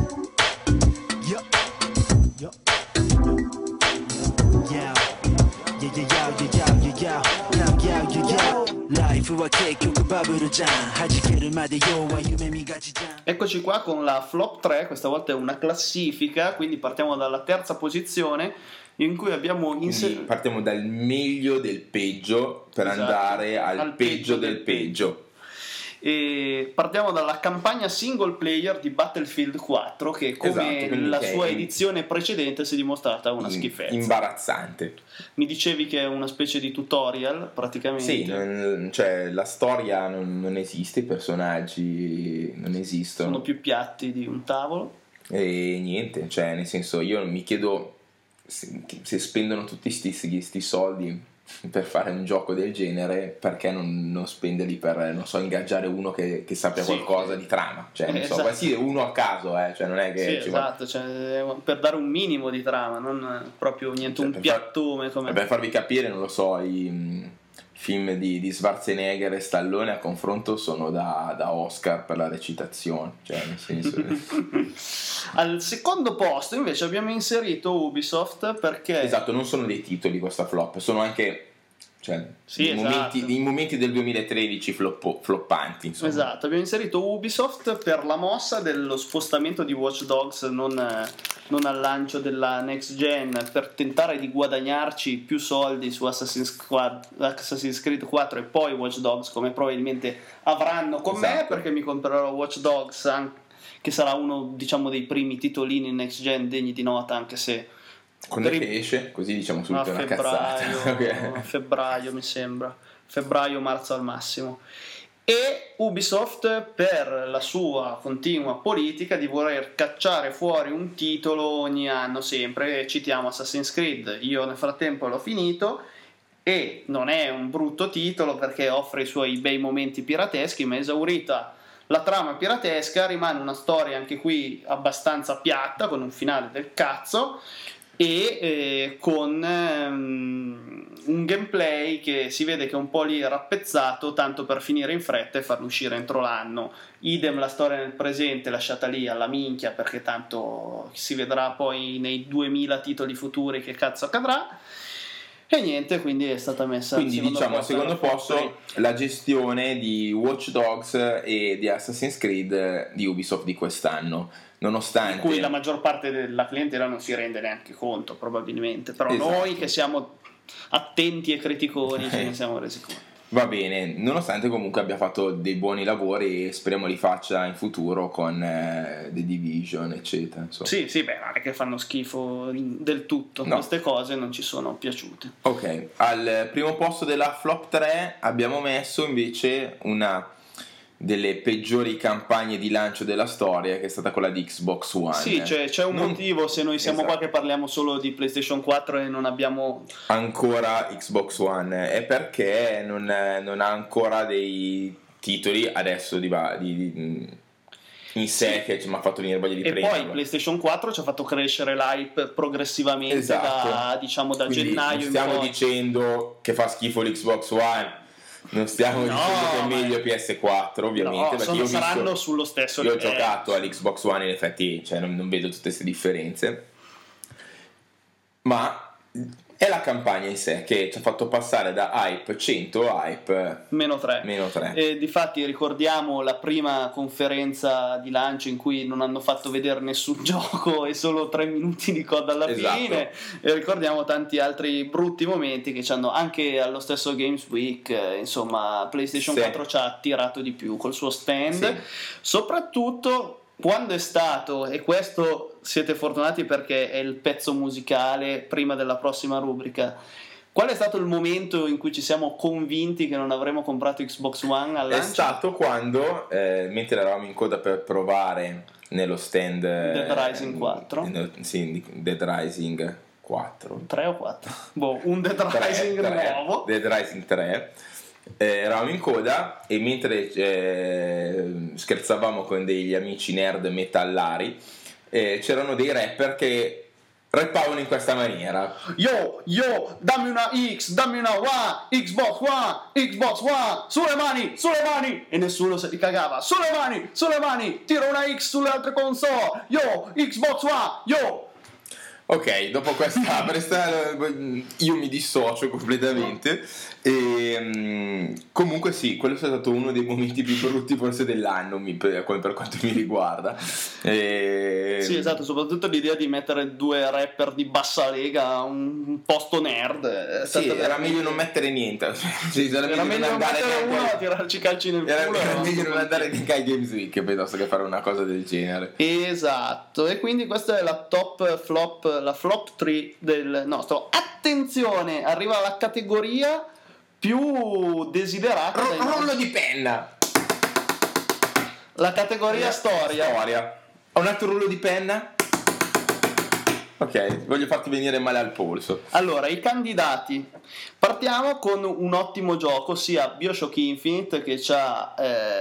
[SPEAKER 1] Eccoci qua con la flop 3, questa volta è una classifica, quindi partiamo dalla terza posizione in cui abbiamo
[SPEAKER 2] partiamo dal meglio del peggio per andare al peggio del peggio.
[SPEAKER 1] E partiamo dalla campagna single player di Battlefield 4 che come la sua edizione precedente si è dimostrata una schifezza
[SPEAKER 2] imbarazzante.
[SPEAKER 1] Mi dicevi che è una specie di tutorial praticamente.
[SPEAKER 2] Sì, cioè la storia non esiste, i personaggi non esistono,
[SPEAKER 1] sono più piatti di un tavolo
[SPEAKER 2] e niente, cioè nel senso io mi chiedo se spendono tutti sti soldi per fare un gioco del genere, perché non spenderli per, non so, ingaggiare uno che sappia qualcosa di trama, cioè non so, quasi uno a caso, cioè non è che
[SPEAKER 1] cioè, per dare un minimo di trama, non proprio niente, cioè, un piattone
[SPEAKER 2] per farvi capire, non lo so, i film di Schwarzenegger e Stallone a confronto sono da Oscar per la recitazione, cioè nel senso
[SPEAKER 1] Al secondo posto invece abbiamo inserito Ubisoft, perché
[SPEAKER 2] esatto, non sono dei titoli questa flop, sono anche i momenti del 2013 floppanti, insomma.
[SPEAKER 1] Esatto, abbiamo inserito Ubisoft per la mossa dello spostamento di Watch Dogs non al lancio della next gen, per tentare di guadagnarci più soldi su Assassin's Creed 4 e poi Watch Dogs, come probabilmente avranno con me, perché mi comprerò Watch Dogs, che sarà uno, diciamo, dei primi titolini next gen degni di nota, anche se
[SPEAKER 2] quando è che esce? Così diciamo subito una cazzata.
[SPEAKER 1] A febbraio mi sembra, febbraio-marzo al massimo. E Ubisoft, per la sua continua politica di voler cacciare fuori un titolo ogni anno sempre, citiamo Assassin's Creed, io nel frattempo l'ho finito e non è un brutto titolo perché offre i suoi bei momenti pirateschi, ma esaurita la trama piratesca rimane una storia anche qui abbastanza piatta, con un finale del cazzo e con un gameplay che si vede che è un po' lì rappezzato tanto per finire in fretta e farlo uscire entro l'anno. Idem la storia nel presente lasciata lì alla minchia, perché tanto si vedrà poi nei 2000 titoli futuri che cazzo accadrà. E niente, quindi è stata messa
[SPEAKER 2] al secondo posto la gestione di Watch Dogs e di Assassin's Creed di Ubisoft di quest'anno, nonostante,
[SPEAKER 1] in cui la maggior parte della clientela non si rende neanche conto probabilmente, però noi che siamo attenti e criticoni ce ne siamo resi conto.
[SPEAKER 2] Va bene, nonostante comunque abbia fatto dei buoni lavori e speriamo li faccia in futuro con The Division eccetera, insomma.
[SPEAKER 1] Sì, beh, non è che fanno schifo del tutto, no. Queste cose non ci sono piaciute.
[SPEAKER 2] Ok, al primo posto della flop 3 abbiamo messo invece una delle peggiori campagne di lancio della storia, che è stata quella di Xbox One.
[SPEAKER 1] Sì, c'è un motivo se noi siamo qua che parliamo solo di PlayStation 4 e non abbiamo
[SPEAKER 2] ancora Xbox One, è perché non ha ancora dei titoli adesso in sé che mi ha fatto venire voglia di prenderlo.
[SPEAKER 1] E poi PlayStation 4 ci ha fatto crescere l'hype progressivamente, da
[SPEAKER 2] quindi
[SPEAKER 1] gennaio in poi.
[SPEAKER 2] Stiamo dicendo che fa schifo l'Xbox One, non stiamo dicendo che è meglio PS4 ovviamente, perché
[SPEAKER 1] saranno sullo stesso
[SPEAKER 2] livello. Io ho giocato all'Xbox One, in effetti, cioè, non vedo tutte queste differenze. ma è la campagna in sé che ci ha fatto passare da hype 100 a hype
[SPEAKER 1] meno 3. E difatti ricordiamo la prima conferenza di lancio in cui non hanno fatto vedere nessun gioco e solo 3 minuti di coda alla fine, e ricordiamo tanti altri brutti momenti che ci hanno anche allo stesso Games Week, insomma PlayStation 4 ci ha attirato di più col suo stand, soprattutto quando è stato, e questo siete fortunati perché è il pezzo musicale prima della prossima rubrica, qual è stato il momento in cui ci siamo convinti che non avremmo comprato Xbox One al lancio?
[SPEAKER 2] È stato quando, mentre eravamo in coda per provare nello stand
[SPEAKER 1] Dead Rising 4
[SPEAKER 2] Dead Rising 4
[SPEAKER 1] 3 o 4? Un Dead Rising nuovo,
[SPEAKER 2] Dead Rising 3, eravamo in coda e mentre scherzavamo con degli amici nerd metallari, c'erano dei rapper che rappavano in questa maniera:
[SPEAKER 1] yo, dammi una X, dammi una Y, Xbox One, sulle mani, e nessuno se li cagava. Sulle mani, tiro una X sulle altre console, yo, Xbox One, yo.
[SPEAKER 2] Ok, dopo questa io mi dissocio completamente, e comunque sì, quello è stato uno dei momenti più brutti forse dell'anno per quanto mi riguarda.
[SPEAKER 1] Sì, esatto, soprattutto l'idea di mettere 2 rapper di bassa lega a un posto nerd.
[SPEAKER 2] Sì, era meglio non mettere niente.
[SPEAKER 1] Era meglio non mettere uno a tirarci calci nel culo.
[SPEAKER 2] Era meglio non andare neanche ai Games Week piuttosto che fare una cosa del genere.
[SPEAKER 1] Esatto, e quindi questa è la flop 3 del nostro. Attenzione, arriva la categoria più desiderata.
[SPEAKER 2] Rollo di penna.
[SPEAKER 1] La categoria storia.
[SPEAKER 2] Ho un altro rullo di penna? Ok, voglio farti venire male al polso.
[SPEAKER 1] Allora, i candidati. Partiamo con un ottimo gioco, ossia BioShock Infinite, che ci ha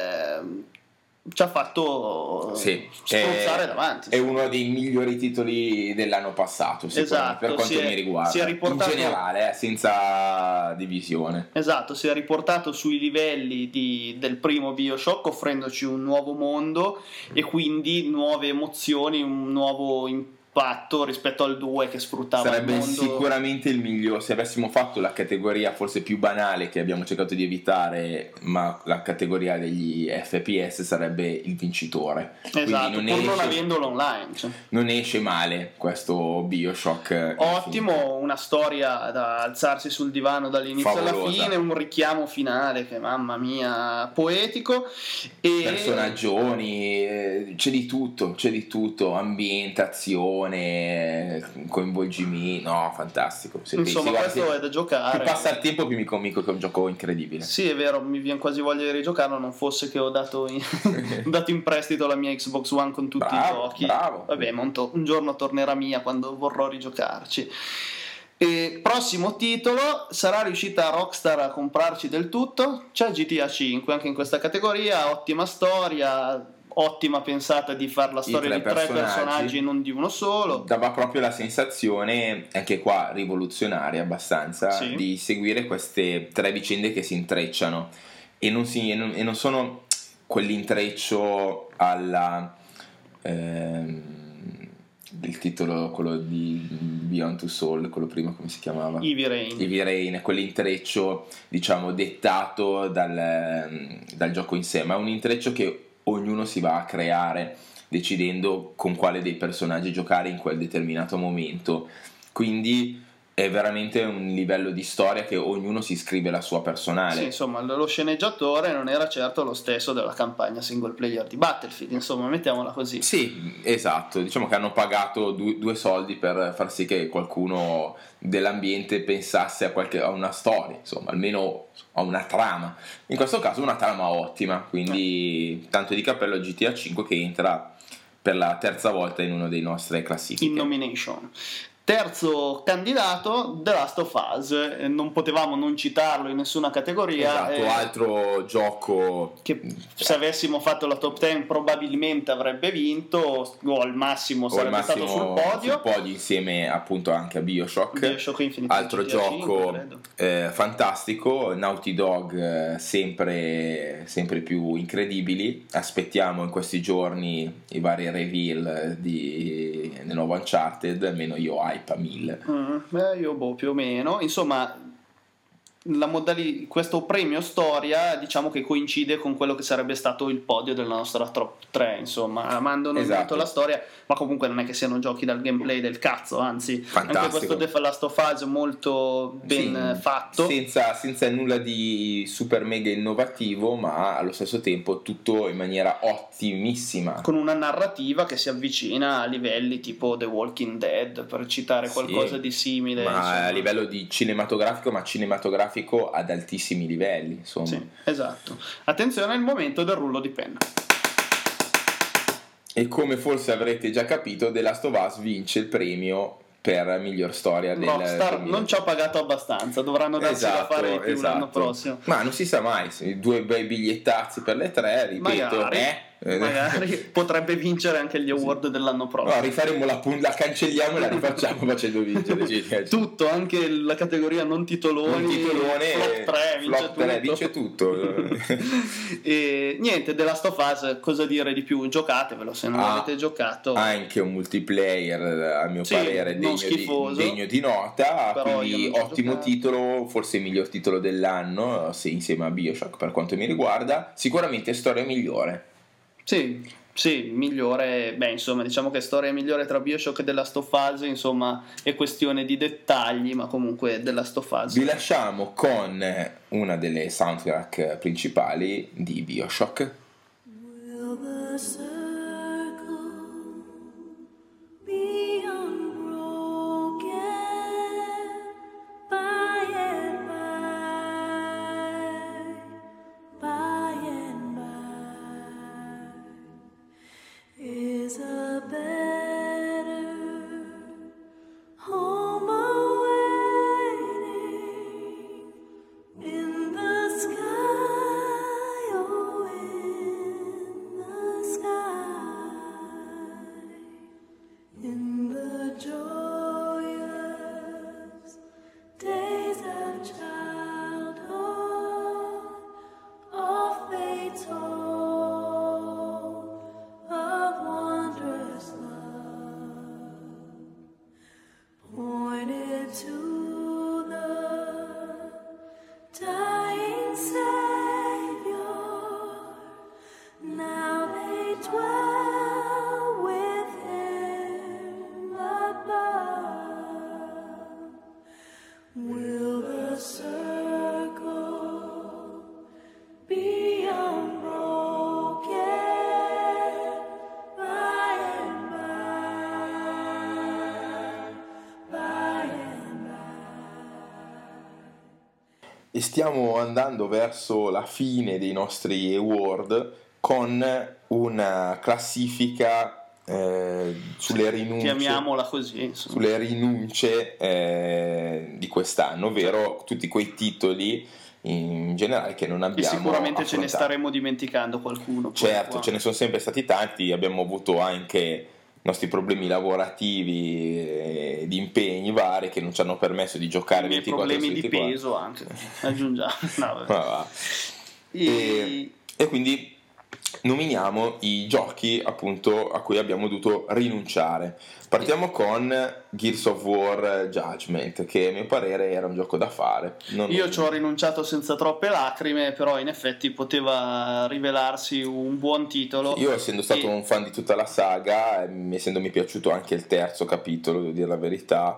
[SPEAKER 1] fatto spruzzare davanti.
[SPEAKER 2] È uno dei migliori titoli dell'anno passato,
[SPEAKER 1] esatto,
[SPEAKER 2] per quanto mi riguarda, in generale, senza divisione.
[SPEAKER 1] Esatto, si è riportato sui livelli del primo BioShock, offrendoci un nuovo mondo e quindi nuove emozioni, un nuovo impatto rispetto al 2 che sfruttava
[SPEAKER 2] sarebbe
[SPEAKER 1] il mondo.
[SPEAKER 2] Sicuramente il migliore se avessimo fatto la categoria forse più banale che abbiamo cercato di evitare, ma la categoria degli FPS sarebbe il vincitore.
[SPEAKER 1] Esatto, non avendolo online,
[SPEAKER 2] non esce male questo BioShock.
[SPEAKER 1] Ottimo, una storia da alzarsi sul divano dall'inizio
[SPEAKER 2] favolosa,
[SPEAKER 1] alla fine, un richiamo finale che mamma mia poetico, e
[SPEAKER 2] personaggioni, c'è di tutto, ambientazione, coinvolgimento, no, fantastico.
[SPEAKER 1] Insomma, questo è da giocare.
[SPEAKER 2] Più passa il tempo più mi convinco che è un gioco incredibile.
[SPEAKER 1] Sì, è vero, mi viene quasi voglia di rigiocarlo, non fosse che ho dato in prestito la mia Xbox One con tutti i giochi.
[SPEAKER 2] Bravo.
[SPEAKER 1] Vabbè, ma un giorno tornerà mia quando vorrò rigiocarci. E prossimo titolo, sarà riuscita Rockstar a comprarci del tutto? C'è GTA 5 anche in questa categoria, ottima storia, ottima pensata di fare la storia di 3 personaggi e non di uno solo.
[SPEAKER 2] Dava proprio la sensazione, anche qua rivoluzionaria abbastanza, di seguire queste 3 vicende che si intrecciano e non sono quell'intreccio alla il titolo, quello di Beyond Two Soul, quello prima come si chiamava?
[SPEAKER 1] Heavy
[SPEAKER 2] Rain, quell'intreccio diciamo dettato dal gioco in sé, ma è un intreccio che ognuno si va a creare decidendo con quale dei personaggi giocare in quel determinato momento, quindi è veramente un livello di storia che ognuno si scrive la sua personale.
[SPEAKER 1] Sì, insomma, lo sceneggiatore non era certo lo stesso della campagna single player di Battlefield, insomma, mettiamola così.
[SPEAKER 2] Sì, esatto, diciamo che hanno pagato due soldi per far sì che qualcuno dell'ambiente pensasse a una storia, insomma, almeno a una trama. In questo caso una trama ottima, quindi tanto di cappello a GTA 5 che entra per la 3ª volta in una delle nostre classifiche.
[SPEAKER 1] In nomination. Terzo candidato, The Last of Us, non potevamo non citarlo in nessuna categoria.
[SPEAKER 2] Esatto, altro gioco
[SPEAKER 1] che se avessimo fatto la top 10 probabilmente avrebbe vinto, o al massimo sarebbe stato sul podio
[SPEAKER 2] insieme appunto anche a BioShock
[SPEAKER 1] Infinite,
[SPEAKER 2] altro gioco 5, fantastico, Naughty Dog sempre più incredibili. Aspettiamo in questi giorni i vari reveal del nuovo Uncharted, almeno io hype a 1000.
[SPEAKER 1] Io più o meno, insomma. Questo premio storia, diciamo che coincide con quello che sarebbe stato il podio della nostra top 3, insomma, amando molto la storia, ma comunque non è che siano giochi dal gameplay del cazzo, anzi
[SPEAKER 2] fantastico.
[SPEAKER 1] Anche questo The Last of Us molto ben fatto,
[SPEAKER 2] senza nulla di super mega innovativo, ma allo stesso tempo tutto in maniera ottimissima,
[SPEAKER 1] con una narrativa che si avvicina a livelli tipo The Walking Dead, per citare qualcosa di simile,
[SPEAKER 2] ma
[SPEAKER 1] insomma.
[SPEAKER 2] A livello di cinematografico ad altissimi livelli, insomma.
[SPEAKER 1] Sì, esatto. Attenzione al momento del rullo di penna.
[SPEAKER 2] E come forse avrete già capito, The Last of Us vince il premio per miglior storia del
[SPEAKER 1] Rockstar non ci ha pagato abbastanza, dovranno darsi da fare di più l'anno prossimo.
[SPEAKER 2] Ma non si sa mai, 2 bei bigliettazzi per le 3, ripeto,
[SPEAKER 1] magari potrebbe vincere anche gli award dell'anno prossimo.
[SPEAKER 2] No, rifaremo la cancelliamo e la rifacciamo facendo vincere
[SPEAKER 1] tutto, anche la categoria non titoloni, flop 3
[SPEAKER 2] vince tutto.
[SPEAKER 1] E niente, The Last of Us, cosa dire di più? Giocatevelo se non l'avete giocato.
[SPEAKER 2] Anche un multiplayer a mio parere degno di nota, però quindi ottimo titolo, forse il miglior titolo dell'anno, se insieme a BioShock per quanto mi riguarda, sicuramente storia migliore.
[SPEAKER 1] Sì, migliore, insomma, diciamo che storia migliore tra BioShock e The Last of Us, insomma, è questione di dettagli, ma comunque The Last of Us.
[SPEAKER 2] Vi lasciamo con una delle soundtrack principali di BioShock. Stiamo andando verso la fine dei nostri award con una classifica sulle rinunce,
[SPEAKER 1] chiamiamola così, insomma.
[SPEAKER 2] Sulle rinunce di quest'anno, ovvero tutti quei titoli in generale che non abbiamo
[SPEAKER 1] e sicuramente
[SPEAKER 2] affrontato.
[SPEAKER 1] Ce ne staremo dimenticando qualcuno.
[SPEAKER 2] Certo, ce ne sono sempre stati tanti, abbiamo avuto anche nostri problemi lavorativi e di impegni vari che non ci hanno permesso di giocare 24 ore su 24.
[SPEAKER 1] Problemi di peso anche, aggiungiamo.
[SPEAKER 2] E quindi nominiamo i giochi appunto a cui abbiamo dovuto rinunciare. Partiamo con Gears of War Judgment, che a mio parere era un gioco da fare.
[SPEAKER 1] Io ci ho rinunciato senza troppe lacrime, però in effetti poteva rivelarsi un buon titolo.
[SPEAKER 2] Io, essendo stato un fan di tutta la saga, essendomi piaciuto anche il terzo capitolo, devo dire la verità,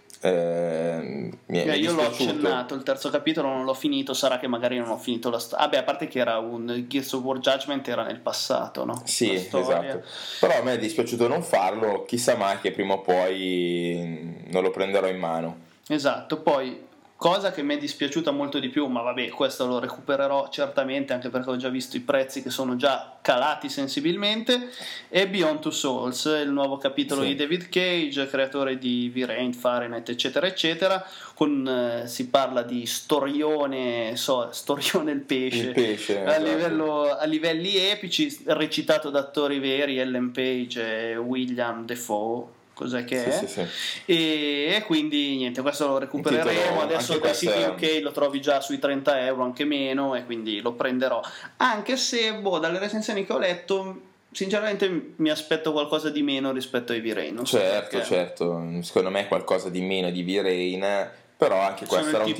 [SPEAKER 1] io l'ho accennato, il terzo capitolo non l'ho finito, sarà che magari non ho finito la storia. A parte che era un Gears of War Judgment, era nel passato, no?
[SPEAKER 2] Sì, esatto. Però a me è dispiaciuto non farlo, chissà mai che prima o poi non lo prenderò in mano.
[SPEAKER 1] Esatto, poi cosa che mi è dispiaciuta molto di più, ma vabbè, questo lo recupererò certamente, anche perché ho già visto i prezzi che sono già calati sensibilmente, è Beyond Two Souls, il nuovo capitolo di David Cage, creatore di V-Rain, Fahrenheit, eccetera eccetera, si parla di storione il pesce a livelli epici, recitato da attori veri, Ellen Page e William Dafoe. Cos'è che è?
[SPEAKER 2] Sì.
[SPEAKER 1] E quindi niente, questo lo recupereremo. Adesso dai siti UK lo trovi già sui €30, anche meno, e quindi lo prenderò, anche se dalle recensioni che ho letto sinceramente mi aspetto qualcosa di meno rispetto a Heavy Rain.
[SPEAKER 2] Certo, secondo me qualcosa di meno di Heavy Rain, però anche questo era un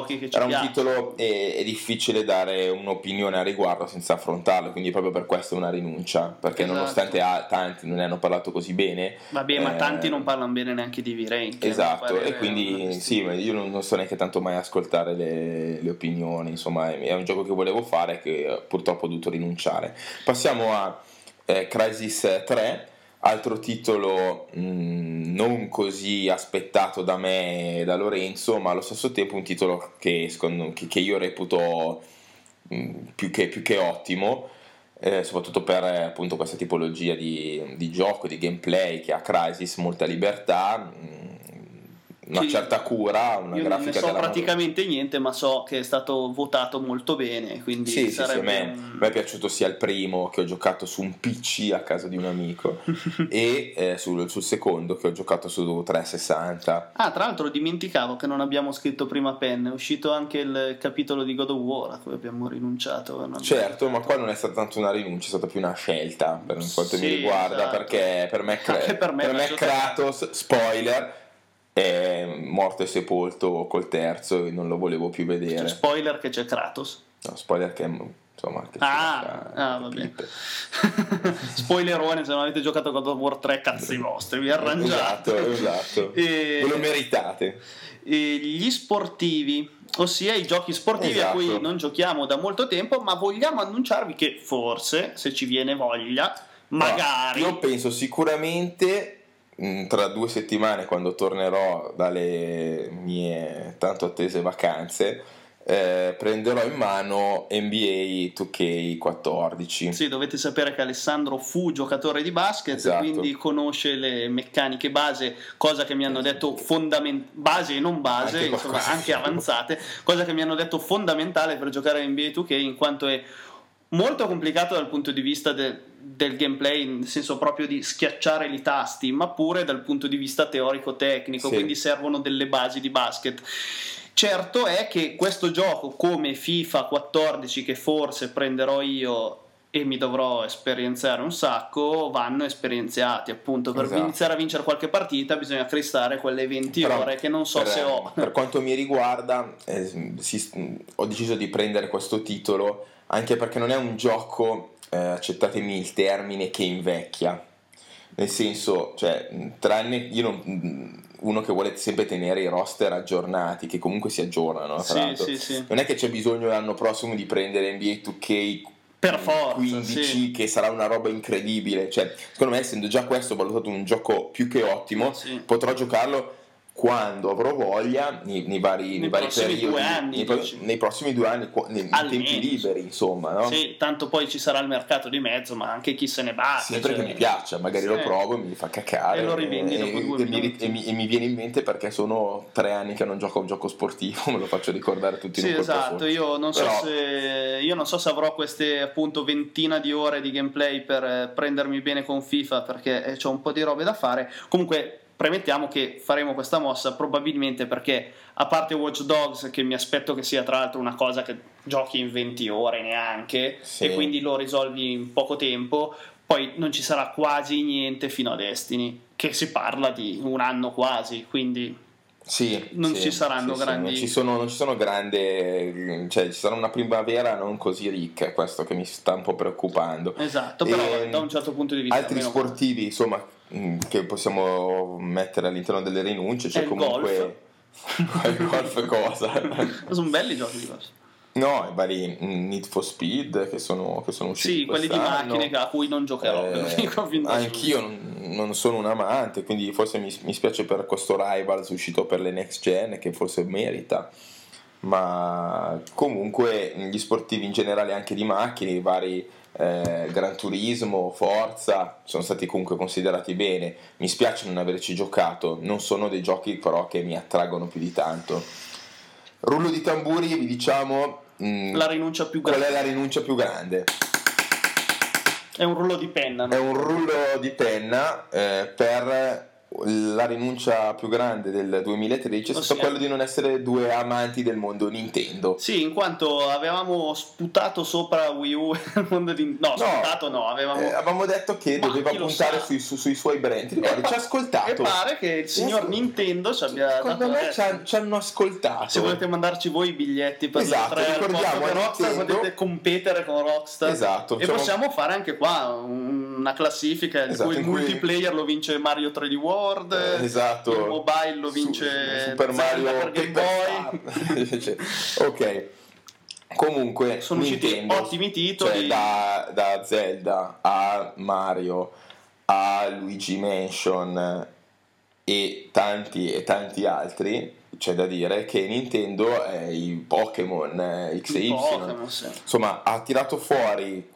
[SPEAKER 2] titolo e è difficile dare un'opinione a riguardo senza affrontarlo, quindi proprio per questo è una rinuncia, perché nonostante tanti non ne hanno parlato così bene,
[SPEAKER 1] vabbè, ma tanti non parlano bene neanche di Heavy Rain,
[SPEAKER 2] esatto, e quindi sì, io non so neanche tanto mai ascoltare le opinioni, insomma è un gioco che volevo fare che purtroppo ho dovuto rinunciare. Passiamo a Crysis 3, altro titolo non così aspettato da me e da Lorenzo, ma allo stesso tempo un titolo che io reputo più che ottimo, soprattutto per appunto questa tipologia di gioco, di gameplay che ha Crysis, molta libertà, una certa cura, una grafica.
[SPEAKER 1] Non so praticamente niente, ma so che è stato votato molto bene, quindi
[SPEAKER 2] sì, a me è piaciuto sia il primo, che ho giocato su un PC a casa di un amico e sul secondo che ho giocato su 360.
[SPEAKER 1] Tra l'altro dimenticavo che non abbiamo scritto prima Pen, è uscito anche il capitolo di God of War a cui abbiamo rinunciato.
[SPEAKER 2] Certo, ma qua non è stata tanto una rinuncia, è stata più una scelta per quanto mi riguarda, esatto. Perché per me Kratos, spoiler, è morto e sepolto col terzo e non lo volevo più vedere.
[SPEAKER 1] Spoiler che c'è Kratos.
[SPEAKER 2] No, spoiler che insomma che
[SPEAKER 1] va bene. Spoilerone, se non avete giocato God of War 3 cazzi vostri, vi arrangiate.
[SPEAKER 2] Esatto. Ve lo meritate.
[SPEAKER 1] Gli sportivi, ossia i giochi sportivi, esatto, a cui non giochiamo da molto tempo, ma vogliamo annunciarvi che forse, se ci viene voglia, magari
[SPEAKER 2] io penso sicuramente tra 2 settimane, quando tornerò dalle mie tanto attese vacanze, prenderò in mano NBA 2K14.
[SPEAKER 1] Sì, dovete sapere che Alessandro fu giocatore di basket, esatto, quindi conosce le meccaniche base, cosa che mi hanno detto base e non base, anche insomma anche avanzate, cosa che mi hanno detto fondamentale per giocare a NBA 2K, in quanto è molto complicato dal punto di vista del gameplay, nel senso proprio di schiacciare i tasti, ma pure dal punto di vista teorico-tecnico, sì, quindi servono delle basi di basket. Certo è che questo gioco, come FIFA 14, che forse prenderò io e mi dovrò esperienziare un sacco, vanno esperienziati, appunto, per iniziare a vincere qualche partita bisogna cristare quelle 20 ore che non so se ho.
[SPEAKER 2] Per quanto mi riguarda, ho deciso di prendere questo titolo anche perché non è un gioco, accettatemi il termine, che invecchia, nel senso, cioè, tranne uno che vuole sempre tenere i roster aggiornati, che comunque si aggiornano,
[SPEAKER 1] sì.
[SPEAKER 2] Non è che c'è bisogno l'anno prossimo di prendere NBA 2K
[SPEAKER 1] per forza,
[SPEAKER 2] 15,
[SPEAKER 1] sì,
[SPEAKER 2] che sarà una roba incredibile, cioè secondo me, essendo già questo valutato un gioco più che ottimo, sì, potrò giocarlo quando avrò voglia, nei vari periodi,
[SPEAKER 1] 2 anni,
[SPEAKER 2] nei prossimi 2 anni, nei tempi liberi, insomma, no?
[SPEAKER 1] Sì, tanto poi ci sarà il mercato di mezzo, ma anche chi se ne batte.
[SPEAKER 2] Sempre che mi piaccia, magari lo provo e mi fa cacare.
[SPEAKER 1] E lo rivendi dopo 2 minuti.
[SPEAKER 2] E mi viene in mente perché sono 3 anni che non gioco a un gioco sportivo, me lo faccio ricordare tutti in un colpo.
[SPEAKER 1] Esatto, io non so se avrò queste appunto 20 di ore di gameplay per prendermi bene con FIFA, perché c'ho un po' di robe da fare. Comunque premettiamo che faremo questa mossa probabilmente perché, a parte Watch Dogs, che mi aspetto che sia tra l'altro una cosa che giochi in 20 ore neanche, sì, e quindi lo risolvi in poco tempo, poi non ci sarà quasi niente fino a Destiny, che si parla di 1 anno quasi, quindi non ci saranno grandi.
[SPEAKER 2] Non ci sono grandi, cioè ci sarà una primavera non così ricca, è questo che mi sta un po' preoccupando.
[SPEAKER 1] Esatto, però da un certo punto di vista
[SPEAKER 2] altri sportivi, insomma, che possiamo mettere all'interno delle rinunce, c'è comunque il golf cosa?
[SPEAKER 1] Sono belli giochi di golf.
[SPEAKER 2] No, i vari Need for Speed che sono usciti.
[SPEAKER 1] Sì, quelli di macchine a cui non giocherò.
[SPEAKER 2] Anch'io non sono un amante, quindi forse mi spiace per questo Rivals uscito per le next gen, che forse merita. Ma comunque gli sportivi in generale, anche di macchine, i vari Gran Turismo, Forza, sono stati comunque considerati bene. Mi spiace non averci giocato, non sono dei giochi però che mi attraggono più di tanto. Rullo di tamburi, vi diciamo
[SPEAKER 1] la rinuncia più grande.
[SPEAKER 2] Qual è la rinuncia più grande?
[SPEAKER 1] È un rullo di penna, no?
[SPEAKER 2] È un rullo di penna per la rinuncia più grande del 2013 è stata quella di non essere due amanti del mondo Nintendo.
[SPEAKER 1] Sì, in quanto avevamo sputato sopra Wii U il mondo di...
[SPEAKER 2] avevamo detto che doveva puntare sui suoi brand. Ti ricordi? Ci ha ascoltato.
[SPEAKER 1] E pare che il signor Nintendo ci abbia
[SPEAKER 2] secondo me ci hanno ascoltato.
[SPEAKER 1] Se volete mandarci voi i biglietti per le 3
[SPEAKER 2] ricordiamo
[SPEAKER 1] Rockstar, potete competere con Rockstar.
[SPEAKER 2] Esatto.
[SPEAKER 1] E possiamo fare anche qua una classifica in cui il multiplayer lo vince Mario 3D World.
[SPEAKER 2] Esatto.
[SPEAKER 1] Il mobile lo vince
[SPEAKER 2] Super Mario
[SPEAKER 1] per Game Boy.
[SPEAKER 2] Ok. Comunque
[SPEAKER 1] sono usciti ottimi titoli,
[SPEAKER 2] cioè da Zelda a Mario a Luigi Mansion e tanti altri. C'è da dire che Nintendo i Pokémon X e Y insomma ha tirato fuori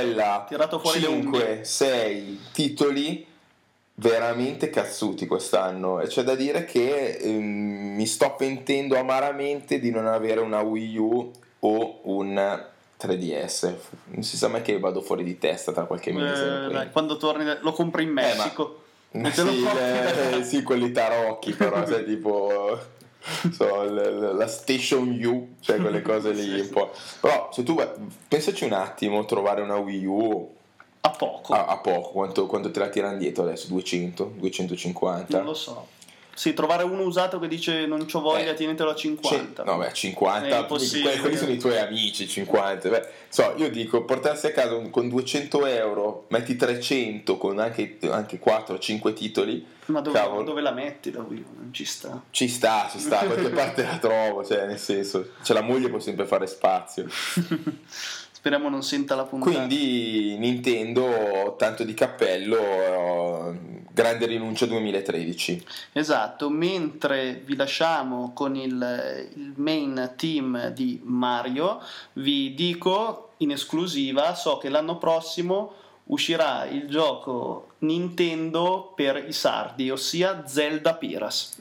[SPEAKER 2] 5-6 titoli veramente cazzuti quest'anno, e c'è da dire che mi sto pentendo amaramente di non avere una Wii U o un 3DS. Non si sa mai che vado fuori di testa tra qualche mese.
[SPEAKER 1] Dai, quando torni lo compri in Messico.
[SPEAKER 2] Sì, quelli tarocchi, però sai, tipo la Station U, cioè quelle cose lì un po'. Però se tu pensaci un attimo, trovare una Wii U
[SPEAKER 1] a poco.
[SPEAKER 2] Quanto te la tirano dietro adesso? 200? 250?
[SPEAKER 1] Non lo so. Sì, trovare uno usato che dice non c'ho voglia, tienitelo a 50.
[SPEAKER 2] No, 50. Quelli sono i tuoi amici, 50. Io dico, portarsi a casa con 200 euro, metti 300 con anche 4-5 titoli.
[SPEAKER 1] Ma dove la metti la Wii U? Non ci sta.
[SPEAKER 2] Ci sta, qualche parte la trovo, cioè nel senso, la moglie può sempre fare spazio.
[SPEAKER 1] Speriamo non senta la puntata.
[SPEAKER 2] Quindi Nintendo, tanto di cappello, grande rinuncia 2013.
[SPEAKER 1] Esatto, mentre vi lasciamo con il main team di Mario, vi dico in esclusiva, so che l'anno prossimo uscirà il gioco Nintendo per i sardi, ossia Zelda Piras.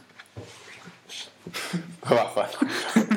[SPEAKER 2] Vaffanculo.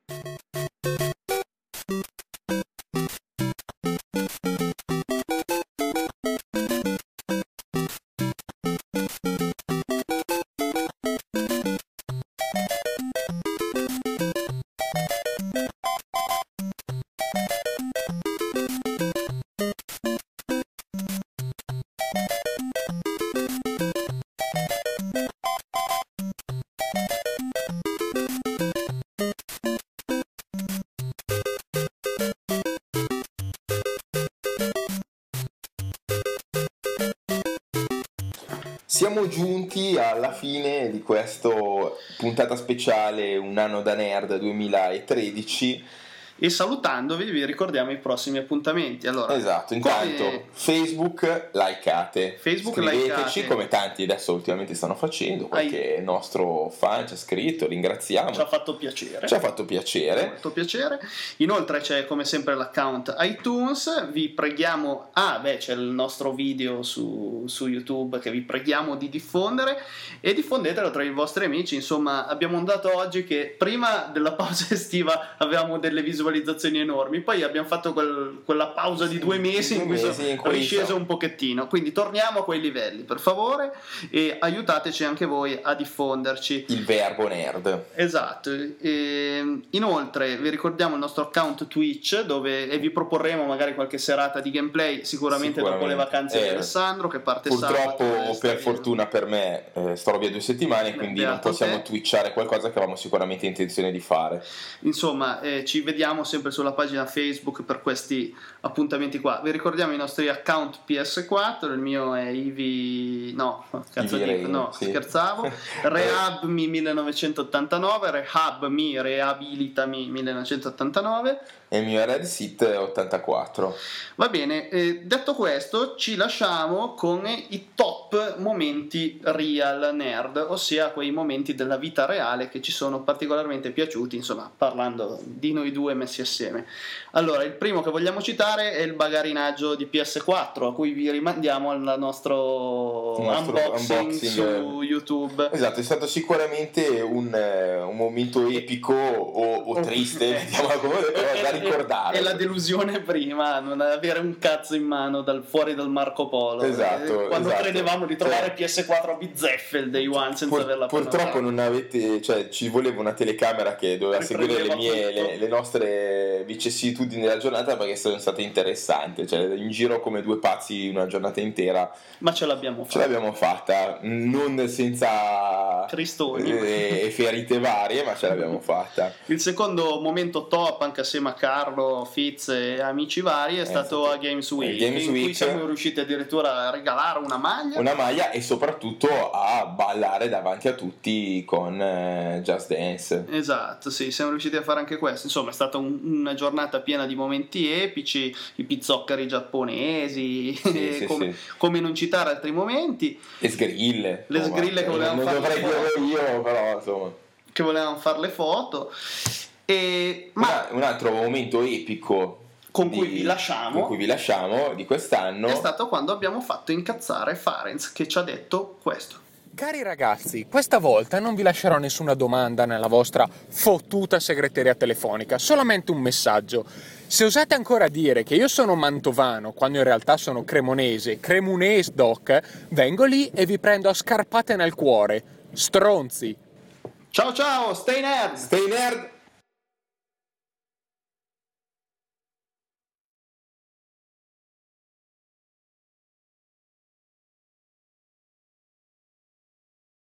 [SPEAKER 2] Siamo giunti alla fine di questa puntata speciale Un anno da nerd 2013
[SPEAKER 1] e salutandovi vi ricordiamo i prossimi appuntamenti. Allora,
[SPEAKER 2] esatto, intanto Facebook likeate, scriveteci come tanti adesso ultimamente stanno facendo, qualche nostro fan ci ha scritto, ringraziamo,
[SPEAKER 1] ci ha fatto piacere. Inoltre c'è come sempre l'account iTunes, vi preghiamo c'è il nostro video su YouTube che vi preghiamo di diffondere, e diffondetelo tra i vostri amici. Insomma, abbiamo notato oggi che prima della pausa estiva avevamo delle visualizzazioni enormi, poi abbiamo fatto quella pausa di 2 mesi in cui sono risceso un pochettino, quindi torniamo a quei livelli, per favore, e aiutateci anche voi a diffonderci
[SPEAKER 2] il verbo nerd.
[SPEAKER 1] Esatto. Inoltre vi ricordiamo il nostro account Twitch, dove vi proporremo magari qualche serata di gameplay, sicuramente dopo le vacanze di Alessandro, che parte
[SPEAKER 2] purtroppo o per fortuna per me starò via 2 settimane, quindi non possiamo twitchare qualcosa che avevamo sicuramente intenzione di fare.
[SPEAKER 1] Insomma, ci vediamo sempre sulla pagina Facebook per questi appuntamenti qua. Vi ricordiamo i nostri account PS4, il mio è scherzavo, Rehabmi 1989, Rehabmi, Reabilitami 1989,
[SPEAKER 2] e il mio è Red Seat 84.
[SPEAKER 1] Va bene, detto questo ci lasciamo con i top momenti real nerd, ossia quei momenti della vita reale che ci sono particolarmente piaciuti, insomma, parlando di noi due messi assieme. Allora, il primo che vogliamo citare è il bagarinaggio di PS4, a cui vi rimandiamo al nostro unboxing su YouTube.
[SPEAKER 2] Esatto, è stato sicuramente un momento epico o triste, mettiamola come, però da ricordare.
[SPEAKER 1] E la delusione prima, non avere un cazzo in mano fuori dal Marco Polo.
[SPEAKER 2] Esatto.
[SPEAKER 1] Quando credevamo Sperando di trovare PS4 a bizzeffe il Day One senza averla
[SPEAKER 2] purtroppo non avete, cioè ci voleva una telecamera che doveva seguire le nostre vicissitudini della giornata, perché sono state interessanti, cioè in giro come due pazzi una giornata intera,
[SPEAKER 1] ma ce l'abbiamo
[SPEAKER 2] fatta, non senza
[SPEAKER 1] cristoni
[SPEAKER 2] e ferite varie, ma ce l'abbiamo fatta.
[SPEAKER 1] Il secondo momento top, anche assieme a Carlo, Fitz e amici vari, è stato a Games Week, in cui siamo riusciti addirittura a regalare una maglia
[SPEAKER 2] e soprattutto a ballare davanti a tutti con Just Dance.
[SPEAKER 1] Esatto, sì, siamo riusciti a fare anche questo. Insomma, è stata una giornata piena di momenti epici, i pizzoccheri giapponesi, come non citare altri momenti,
[SPEAKER 2] le sgrille
[SPEAKER 1] che volevamo fare,
[SPEAKER 2] non dovrei dirlo io, però insomma,
[SPEAKER 1] che volevamo fare le foto.
[SPEAKER 2] Un altro momento epico
[SPEAKER 1] con cui vi lasciamo
[SPEAKER 2] di quest'anno
[SPEAKER 1] è stato quando abbiamo fatto incazzare Farenz, che ci ha detto questo:
[SPEAKER 4] cari ragazzi, questa volta non vi lascerò nessuna domanda nella vostra fottuta segreteria telefonica, solamente un messaggio. Se osate ancora dire che io sono mantovano quando in realtà sono cremonese doc, vengo lì e vi prendo a scarpate nel cuore. Stronzi.
[SPEAKER 1] Ciao, stay nerd!